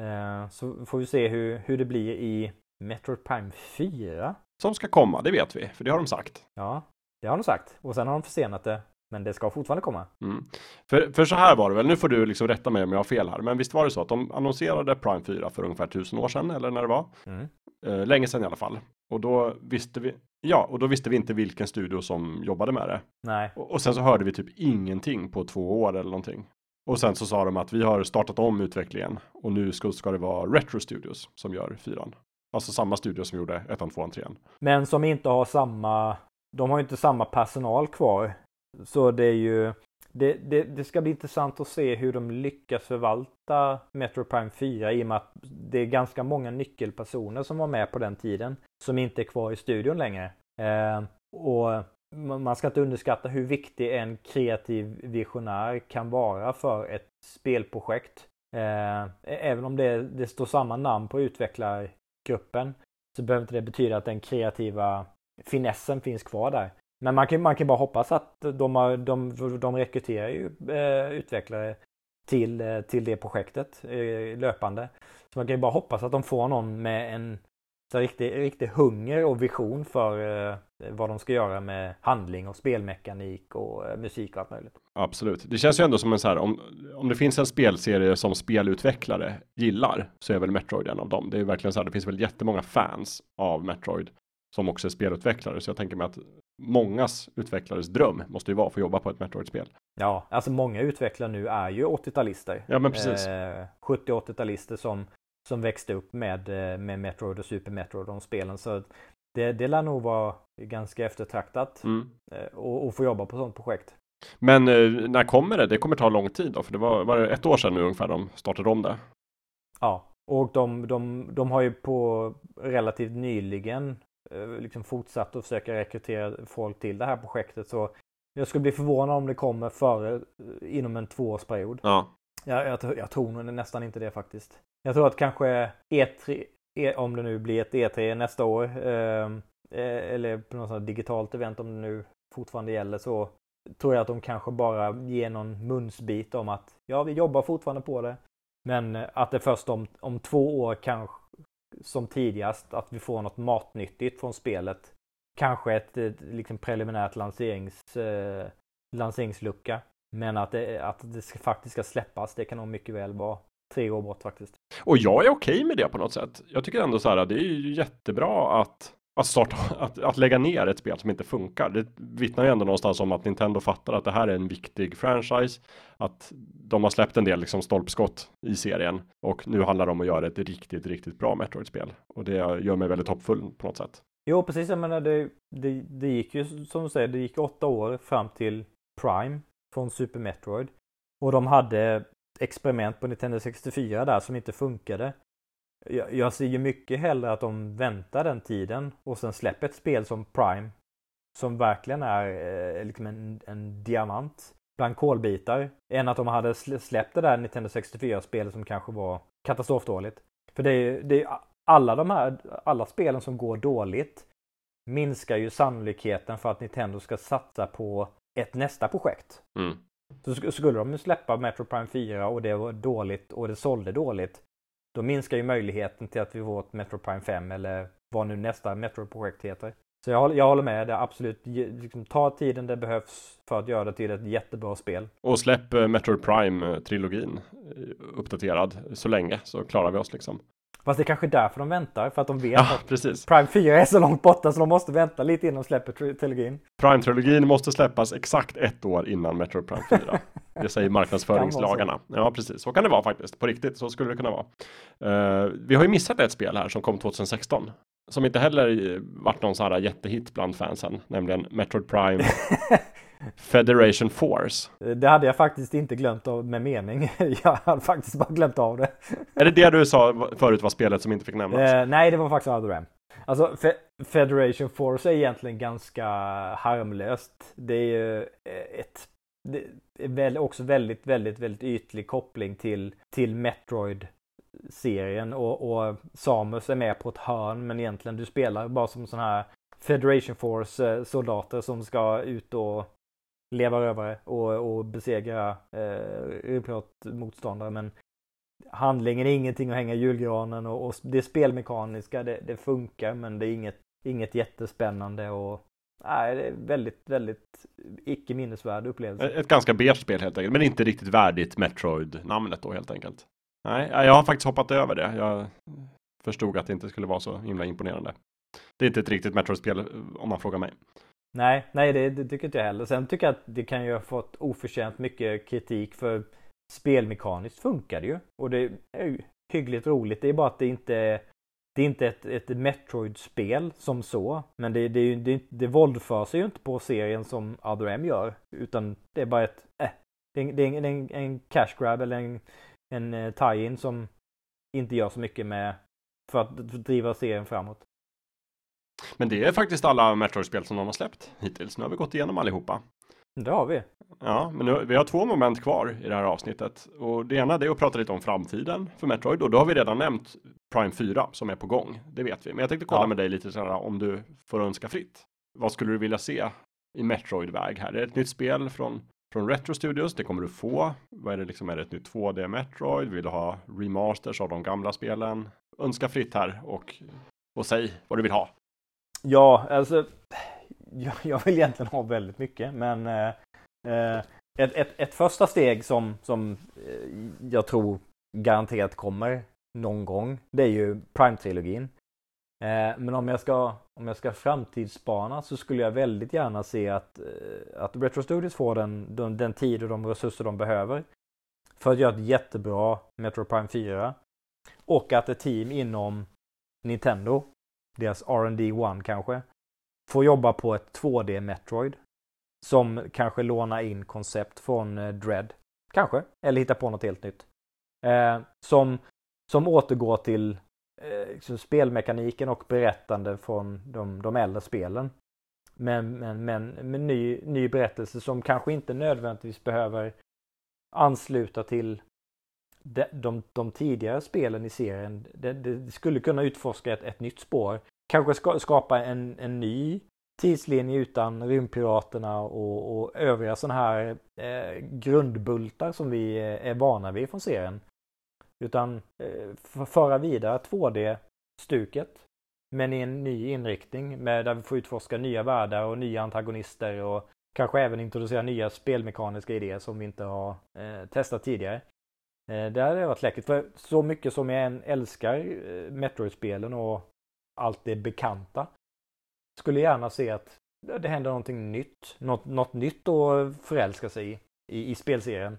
Så får vi se hur det blir i Metroid Prime 4. Som ska komma, det vet vi, för det har de sagt. Ja, det har de sagt. Och sen har de försenat det. Men det ska fortfarande komma. För så här var det väl, nu får du liksom rätta mig om jag har fel här. Men visst var det så att de annonserade Prime 4 för ungefär 1000 år sedan, eller när det var? Länge sedan i alla fall. Och då visste vi inte vilken studio som jobbade med det. Nej. Och sen så hörde vi typ ingenting på 2 år eller någonting. Och sen så sa de att vi har startat om utvecklingen. Och nu ska det vara Retro Studios som gör 4:an. Alltså samma studio som gjorde 1:an, 2:an, 3:an. Men som inte har de har inte samma personal kvar. Så det är ju det ska bli intressant att se hur de lyckas förvalta Metroid Prime 4 i och med att det är ganska många nyckelpersoner som var med på den tiden som inte är kvar i studion längre. Och man ska inte underskatta hur viktig en kreativ visionär kan vara för ett spelprojekt. Även om det står samma namn på utvecklargruppen så behöver inte det betyda att den kreativa finessen finns kvar där. Men man kan bara hoppas att de rekryterar ju utvecklare till det projektet löpande. Så man kan ju bara hoppas att de får någon med en riktig hunger och vision för vad de ska göra med handling och spelmekanik och musik och allt möjligt. Absolut. Det känns ju ändå som en så här, om det finns en spelserie som spelutvecklare gillar så är väl Metroid en av dem. Det är verkligen så här, det finns väl jättemånga fans av Metroid som också är spelutvecklare. Så jag tänker mig att mångas utvecklares dröm måste ju vara att få jobba på ett Metroid-spel. Ja, alltså många utvecklare nu är ju 80-talister. Ja, men precis. 70-80-talister som växte upp med Metroid och Super Metroid, de spelen. Så det lär nog vara ganska eftertraktat och få jobba på sånt projekt. Men när kommer det? Det kommer ta lång tid då, för det var 1 år sedan nu ungefär de startade om det. Ja, och de har ju på relativt nyligen liksom fortsatt att försöka rekrytera folk till det här projektet. Så jag skulle bli förvånad om det kommer inom en 2-årsperiod. Ja. Jag tror nog nästan inte det faktiskt. Jag tror att kanske E3, om det nu blir ett E3 nästa år, eller på något sånt digitalt event om det nu fortfarande gäller, så tror jag att de kanske bara ger någon munsbit om att ja, vi jobbar fortfarande på det. Men att det först om 2 år kanske som tidigast att vi får något matnyttigt från spelet. Kanske ett liksom preliminärt lanseringslucka. Men att det faktiskt ska släppas, det kan nog mycket väl vara 3 år bort faktiskt. Och jag är okej med det på något sätt. Jag tycker ändå så här, det är ju jättebra att lägga ner ett spel som inte funkar. Det vittnar ju ändå någonstans om att Nintendo fattar att det här är en viktig franchise. Att de har släppt en del liksom stolpskott i serien. Och nu handlar det om att göra ett riktigt, riktigt bra Metroid-spel. Och det gör mig väldigt hoppfull på något sätt. Jo, precis. Jag menar, det gick ju, som du säger, det gick 8 år fram till Prime från Super Metroid. Och de hade experiment på Nintendo 64 där som inte funkade. Jag ser ju mycket hellre att de väntar den tiden och sen släpper ett spel som Prime som verkligen är liksom en diamant bland kolbitar, än att de hade släppt det där Nintendo 64-spelet som kanske var katastrofdåligt. För det är alla spelen som går dåligt minskar ju sannolikheten för att Nintendo ska satsa på ett nästa projekt. Så skulle de släppa Metro Prime 4 och det var dåligt och det sålde dåligt, då minskar ju möjligheten till att vi får ett Metro Prime 5 eller vad nu nästa Metro-projekt heter. Så jag håller med, det är absolut, liksom, ta tiden det behövs för att göra det till ett jättebra spel. Och släpp Metroid Prime-trilogin uppdaterad så länge, så klarar vi oss liksom. Fast det är kanske därför de väntar, för att de vet att precis. Prime 4 är så långt borta så de måste vänta lite innan de släpper trilogin. Prime-trilogin måste släppas exakt 1 år innan Metroid Prime 4. Det säger marknadsföringslagarna. Ja, precis. Så kan det vara faktiskt. På riktigt, så skulle det kunna vara. Vi har ju missat ett spel här som kom 2016. Som inte heller varit någon sån här jättehit bland fansen. Nämligen Metroid Prime Federation Force. Det hade jag faktiskt inte glömt av med mening. Jag hade faktiskt bara glömt av det. Är det du sa förut var spelet som inte fick nämnas? Nej, det var faktiskt Other M. Alltså, Federation Force är egentligen ganska harmlöst. Det är ju det är väl också väldigt, väldigt, väldigt ytlig koppling till Metroid-serien. Och Samus är med på ett hörn, men egentligen du spelar bara som sån här Federation Force-soldater som ska ut och leva rövare och besegra motståndare, men handlingen är ingenting att hänga i julgranen och det spelmekaniska, det funkar, men det är inget jättespännande och nej, det är väldigt, väldigt icke minnesvärd upplevelse. Ett ganska beige spel helt enkelt, men inte riktigt värdigt Metroid-namnet då helt enkelt. Nej, jag har faktiskt hoppat över det. Jag förstod att det inte skulle vara så himla imponerande. Det är inte ett riktigt Metroid-spel om man frågar mig. Nej, det tycker inte jag heller. Sen tycker jag att det kan ju ha fått oförtjänt mycket kritik, för spelmekaniskt funkar det ju. Och det är ju hyggligt roligt. Det är bara att det är inte ett Metroid-spel som så. Men det våldför sig ju inte på serien som Other M gör. Utan det är bara det är en cash grab eller en tie-in som inte gör så mycket med för att driva serien framåt. Men det är faktiskt alla Metroid-spel som de har släppt hittills. Nu har vi gått igenom allihopa. Det har vi. Ja, men vi har 2 moment kvar i det här avsnittet. Och det ena är att prata lite om framtiden för Metroid. Och då har vi redan nämnt Prime 4 som är på gång. Det vet vi. Men jag tänkte kolla med dig lite sådär, om du får önska fritt. Vad skulle du vilja se i Metroid-väg här? Är det ett nytt spel från Retro Studios? Det kommer du få. Vad är det liksom? Är det ett nytt 2D Metroid? Vill du ha remasters av de gamla spelen? Önska fritt här och säg vad du vill ha. Ja, alltså jag vill egentligen ha väldigt mycket, men ett första steg som jag tror garanterat kommer någon gång, det är ju Prime-trilogin. Men om jag ska framtidsspana så skulle jag väldigt gärna se att Retro Studios får den tid och de resurser de behöver för att göra ett jättebra Metro Prime 4, och att ett team inom Nintendo, deras R&D 1 kanske, får jobba på ett 2D Metroid som kanske lånar in koncept från Dread, kanske, eller hitta på något helt nytt. Som återgår till spelmekaniken och berättande från de äldre spelen. Men ny berättelse som kanske inte nödvändigtvis behöver ansluta till de tidigare spelen i serien. Det skulle kunna utforska ett nytt spår. Kanske skapa en ny tidslinje utan rymdpiraterna och övriga sådana här grundbultar som vi är vana vid från serien. Utan föra vidare 2D-stuket, men i en ny inriktning där vi får utforska nya världar och nya antagonister och kanske även introducera nya spelmekaniska idéer som vi inte har testat tidigare. Det hade varit läckert, för så mycket som jag än älskar Metroid-spelen och allt det bekanta, skulle gärna se att det händer någonting nytt. Något nytt att förälska sig i spelserien.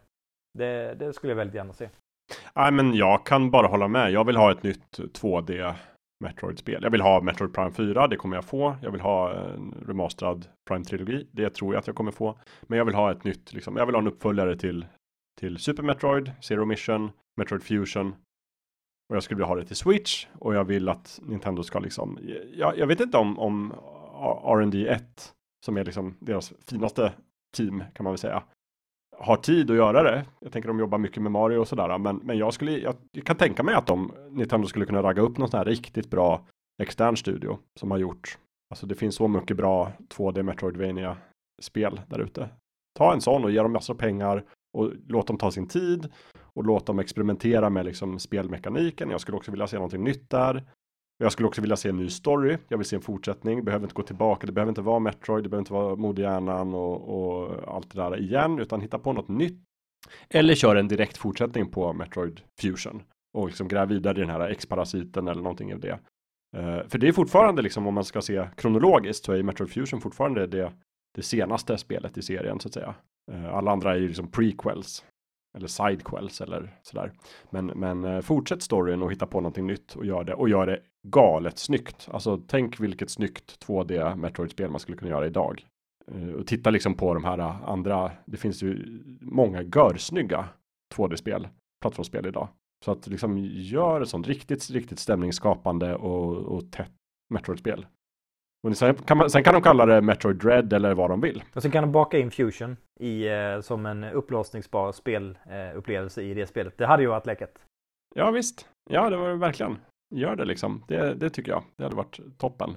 Det skulle jag väldigt gärna se. Nej, men jag kan bara hålla med. Jag vill ha ett nytt 2D Metroid-spel. Jag vill ha Metroid Prime 4, det kommer jag få. Jag vill ha en remasterad Prime-trilogi, det tror jag att jag kommer få. Men jag vill ha ett nytt, liksom, jag vill ha en uppföljare till Super Metroid, Zero Mission, Metroid Fusion. Och jag skulle vilja ha det till Switch. Och jag vill att Nintendo ska liksom, jag vet inte om R&D 1, som är liksom deras finaste team kan man väl säga, har tid att göra det. Jag tänker de jobbar mycket med Mario och sådär. Men jag kan tänka mig att Nintendo skulle kunna ragga upp någon sån här riktigt bra extern studio som har gjort. Alltså det finns så mycket bra 2D Metroidvania-spel där ute. Ta en sån och ge dem massor av pengar och låt dem ta sin tid och låt dem experimentera med liksom spelmekaniken. Jag skulle också vilja se någonting nytt där. Jag skulle också vilja se en ny story. Jag vill se en fortsättning. Det behöver inte gå tillbaka. Det behöver inte vara Metroid. Det behöver inte vara Modehjärnan och allt det där igen. Utan hitta på något nytt. Eller köra en direkt fortsättning på Metroid Fusion. Och liksom gräva vidare i den här X-parasiten eller någonting av det. För det är fortfarande liksom, om man ska se kronologiskt, så är Metroid Fusion fortfarande det senaste spelet i serien så att säga. Alla andra är ju liksom prequels. Eller sidequels eller sådär. Men fortsätt storyn och hitta på någonting nytt och gör det galet snyggt. Alltså tänk vilket snyggt 2D Metroid-spel man skulle kunna göra idag. Och titta liksom på de här andra, det finns ju många görsnygga 2D-spel, plattformsspel idag. Så att liksom gör ett sånt riktigt stämningsskapande och tätt Metroid-spel. Och sen kan de kalla det Metroid Dread eller vad de vill. Och sen kan de baka in Fusion som en upplåsningsbar spelupplevelse i det spelet. Det hade ju varit läckert. Ja visst. Ja, det var det verkligen. Gör det liksom. Det tycker jag. Det hade varit toppen.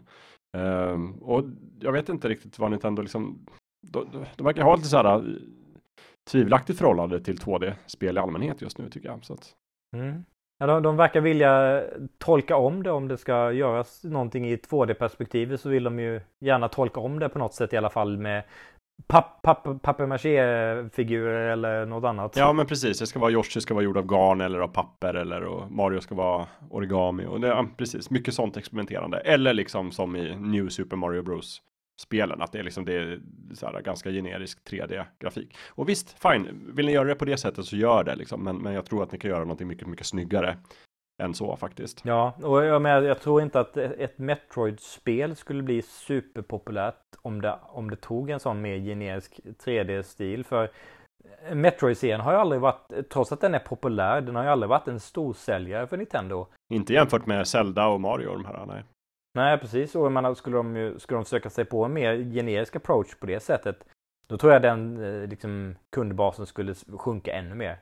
Och jag vet inte riktigt vad Nintendo liksom... De verkar ha lite så här tvivelaktigt förhållande till 2D-spel i allmänhet just nu tycker jag. Så att... Ja, de verkar vilja tolka om det. Om det ska göras någonting i 2D-perspektiv så vill de ju gärna tolka om det på något sätt i alla fall med papier-maché-figurer eller något annat. Ja, men precis. Det ska vara Yoshi ska vara gjord av garn eller av papper och Mario ska vara origami och det, precis. Mycket sånt experimenterande. Eller liksom som i New Super Mario Bros. Spelen, att det är så här ganska generisk 3D-grafik. Och visst, fine. Vill ni göra det på det sättet så gör det liksom. Men jag tror att ni kan göra någonting mycket, mycket snyggare än så faktiskt. Ja, och jag tror inte att ett Metroid-spel skulle bli superpopulärt om det tog en sån mer generisk 3D-stil. För Metroid-serien har ju aldrig varit, trots att den är populär, den har ju aldrig varit en storsäljare för Nintendo. Inte jämfört med Zelda och Mario och de här, nej. Nej, precis. Och skulle de försöka sig på en mer generisk approach på det sättet, då tror jag den liksom, kundbasen skulle sjunka ännu mer.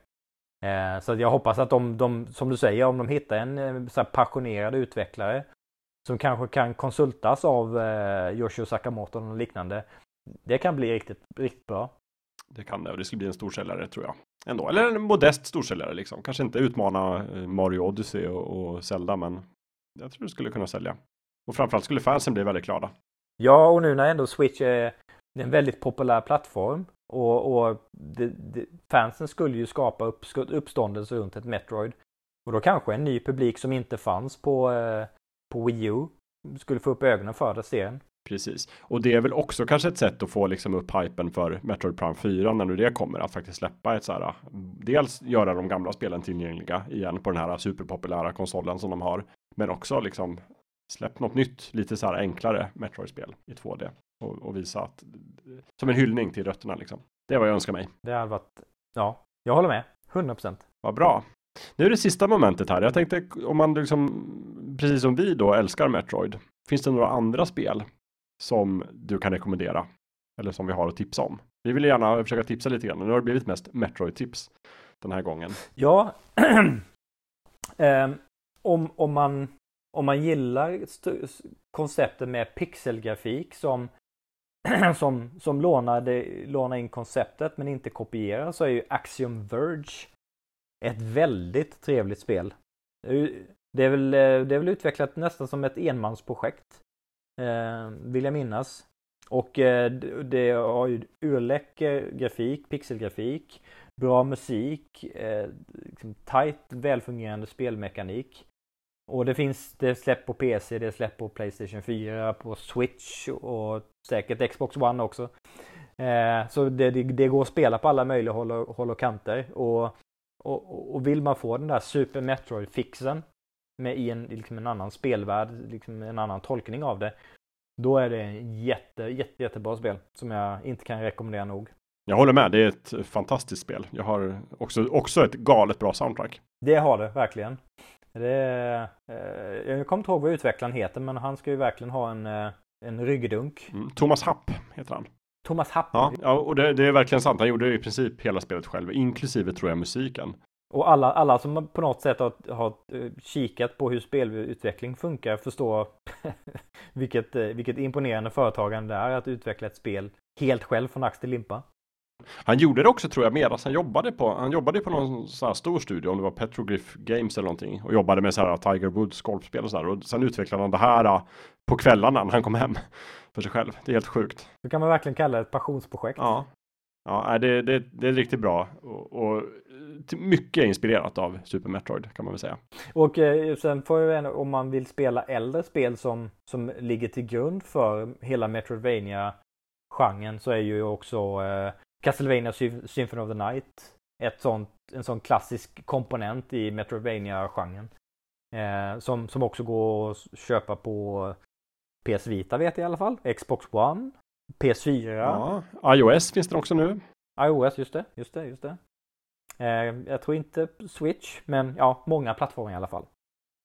Så jag hoppas att de, som du säger, om de hittar en så här passionerad utvecklare som kanske kan konsultas av Yoshio Sakamoto och liknande, det kan bli riktigt bra. Det kan det, och det skulle bli en storsäljare tror jag. Ändå. Eller en modest storsäljare liksom. Kanske inte utmana Mario Odyssey och Zelda, men jag tror det skulle kunna sälja. Och framförallt skulle fansen bli väldigt glada. Ja, och nu när ändå Switch är en väldigt populär plattform och fansen skulle ju skapa uppståndelse runt ett Metroid. Och då kanske en ny publik som inte fanns på Wii U skulle få upp ögonen för det serien. Precis. Och det är väl också kanske ett sätt att få liksom upp hypen för Metroid Prime 4 när nu det kommer, att faktiskt släppa ett så här, dels göra de gamla spelen tillgängliga igen på den här superpopulära konsolen som de har, men också liksom släpp något nytt, lite så här enklare Metroid-spel i 2D och visa att som en hyllning till rötterna liksom. Det är vad jag önskar mig. Det har varit, ja, jag håller med, 100%. Vad bra. Nu är det sista momentet här. Jag tänkte, om man liksom, precis som vi då älskar Metroid, finns det några andra spel som du kan rekommendera? Eller som vi har att tipsa om? Vi vill gärna försöka tipsa lite grann. Nu har det blivit mest Metroid-tips den här gången. Ja. Om man gillar konceptet med pixelgrafik som lånar in konceptet men inte kopierar, så är ju Axiom Verge ett väldigt trevligt spel. Det är väl utvecklat nästan som ett enmansprojekt, vill jag minnas. Och det har ju urläcker grafik, pixelgrafik, bra musik, liksom tight, välfungerande spelmekanik. Och det släpps på PC, det släpps på PlayStation 4, på Switch och säkert Xbox One också. Så det går att spela på alla möjliga håll och kanter. Och vill man få den där Super Metroid-fixen med i liksom en annan spelvärld, liksom en annan tolkning av det, då är det en jättebra spel som jag inte kan rekommendera nog. Jag håller med, det är ett fantastiskt spel. Jag har också ett galet bra soundtrack. Det har det, verkligen. Jag kommer inte ihåg vad utvecklaren heter, men han ska ju verkligen ha en ryggdunk. Thomas Happ heter han. Thomas Happ. Ja, och det är verkligen sant. Han gjorde i princip hela spelet själv, inklusive tror jag musiken. Och alla som på något sätt har kikat på hur spelutveckling funkar förstår vilket imponerande företagande det är att utveckla ett spel helt själv från ax till limpa. Han gjorde det också tror jag medan han jobbade på någon så här stor studio, om det var Petroglyph Games eller någonting, och jobbade med så här Tiger Woods golfspel och så där, och sen utvecklade han det här på kvällarna när han kom hem för sig själv. Det är helt sjukt. Det kan man verkligen kalla ett passionsprojekt. Ja, det är riktigt bra och mycket inspirerat av Super Metroid kan man väl säga. Och sen får jag, om man vill spela äldre spel som ligger till grund för hela Metroidvania-genren, så är ju också Castlevania Symphony of the Night en sån klassisk komponent i Metroidvania-genren. Som också går att köpa på PS Vita, vet jag i alla fall. Xbox One, PS4. Ja, iOS finns det också nu. iOS, just det. Jag tror inte Switch, men ja, många plattformar i alla fall.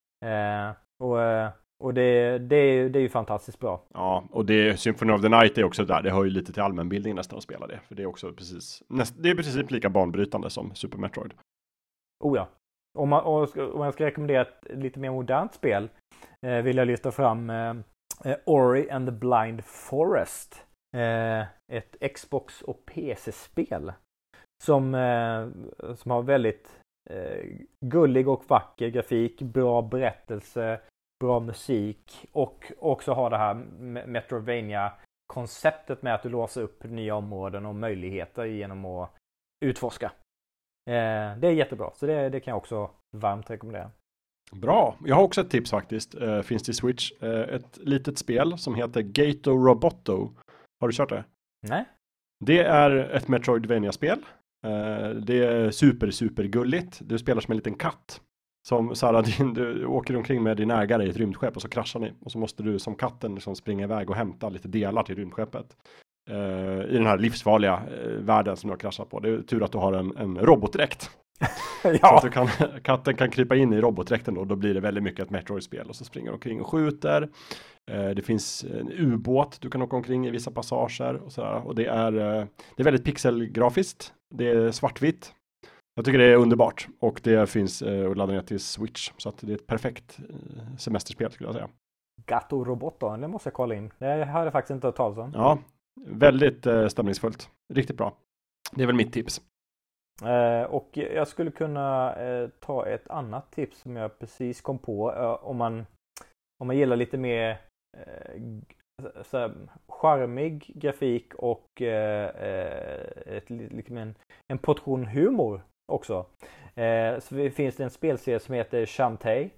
Och det är ju fantastiskt bra. Ja, och Symphony of the Night är också där. Det hör ju lite till allmänbildning nästan att spela det. För det är också det är precis lika banbrytande som Super Metroid. Oh ja. Om jag ska rekommendera ett lite mer modernt spel vill jag lyfta fram Ori and the Blind Forest. Ett Xbox och PC-spel som har väldigt gullig och vacker grafik, bra berättelse, bra musik, och också har det här Metroidvania-konceptet med att du låser upp nya områden och möjligheter genom att utforska. Det är jättebra, så det kan jag också varmt rekommendera. Bra, jag har också ett tips faktiskt. Finns det i Switch. Ett litet spel som heter Gato Roboto. Har du kört det? Nej. Det är ett Metroidvania-spel. Det är super gulligt. Du spelar som en liten katt. Som du åker omkring med din ägare i ett rymdskepp och så kraschar ni. Och så måste du som katten liksom springa iväg och hämta lite delar till rymdskeppet. I den här livsfarliga världen som du har kraschat på. Det är tur att du har en robotdräkt. Ja. Så att katten kan krypa in i robotdräkten och då blir det väldigt mycket ett Metroid-spel. Och så springer omkring och skjuter. Det finns en ubåt du kan åka omkring i vissa passager och sådär. Och det är väldigt pixelgrafiskt. Det är svartvitt. Jag tycker det är underbart. Och det finns att ladda ner till Switch. Så att det är ett perfekt semesterspel skulle jag säga. Gato Roboto, det måste jag kolla in. Det hade jag faktiskt inte hört talas om. Ja, väldigt stämningsfullt. Riktigt bra. Det är väl mitt tips. Och jag skulle kunna ta ett annat tips som jag precis kom på. Om man gillar lite mer charmig grafik och liksom en portion humor också. Så finns det en spelserie som heter Shantae.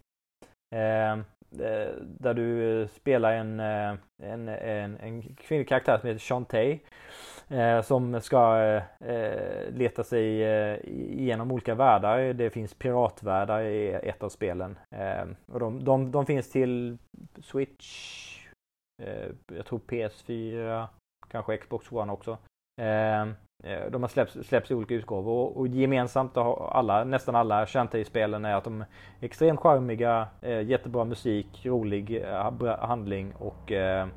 Där du spelar en kvinnlig karaktär som heter Shantae. Som ska leta sig igenom olika världar. Det finns piratvärldar i ett av spelen. Och de finns till Switch, jag tror PS4, kanske Xbox One också. De har släppts i olika utgåvor och gemensamt har nästan alla Shantae-spelen är att de är extremt charmiga, jättebra musik, rolig handling och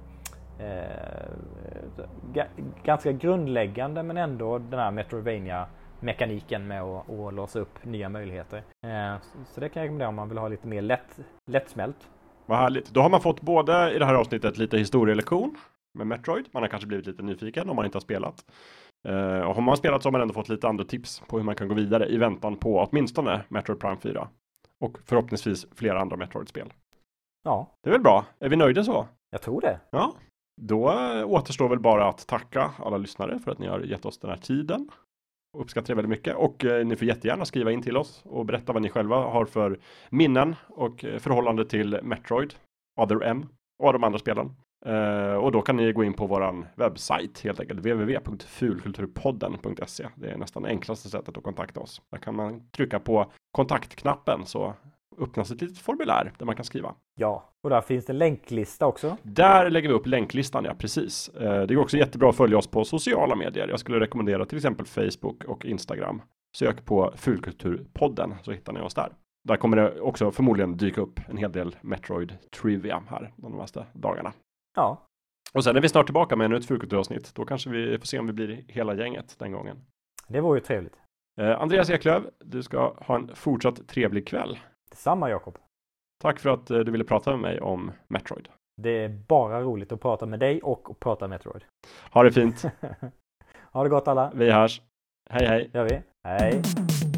ganska grundläggande, men ändå den här Metroidvania-mekaniken med att låsa upp nya möjligheter. Så det kan jag rekommendera om man vill ha lite mer lättsmält. Vad härligt. Då har man fått både i det här avsnittet lite historielektion med Metroid. Man har kanske blivit lite nyfiken om man inte har spelat. Och har man spelat så har man ändå fått lite andra tips på hur man kan gå vidare i väntan på åtminstone Metroid Prime 4. Och förhoppningsvis flera andra Metroid-spel. Ja. Det är väl bra. Är vi nöjda så? Jag tror det. Ja. Då återstår väl bara att tacka alla lyssnare för att ni har gett oss den här tiden. Uppskattar det väldigt mycket. Och ni får jättegärna skriva in till oss och berätta vad ni själva har för minnen och förhållande till Metroid, Other M och de andra spelen. Och då kan ni gå in på våran webbsajt helt enkelt, www.fulkulturpodden.se. Det är nästan enklaste sättet att kontakta oss. Där kan man trycka på kontaktknappen så öppnas ett litet formulär där man kan skriva. Ja, och där finns det en länklista också. Där lägger vi upp länklistan, ja precis. Det går också jättebra att följa oss på sociala medier. Jag skulle rekommendera till exempel Facebook och Instagram. Sök på Fulkulturpodden så hittar ni oss där. Där kommer det också förmodligen dyka upp en hel del Metroid Trivia här de närmaste dagarna. Ja. Och sen är vi snart tillbaka med ett Fulkulturavsnitt. Då kanske vi får se om vi blir hela gänget den gången. Det vore ju trevligt. Andreas Eklöf, du ska ha en fortsatt trevlig kväll. Detsamma, Jakob. Tack för att du ville prata med mig om Metroid. Det är bara roligt att prata med dig och att prata med Metroid. Ha det fint. Ha det gott alla. Vi hörs. Hej hej. Gör vi. Hej.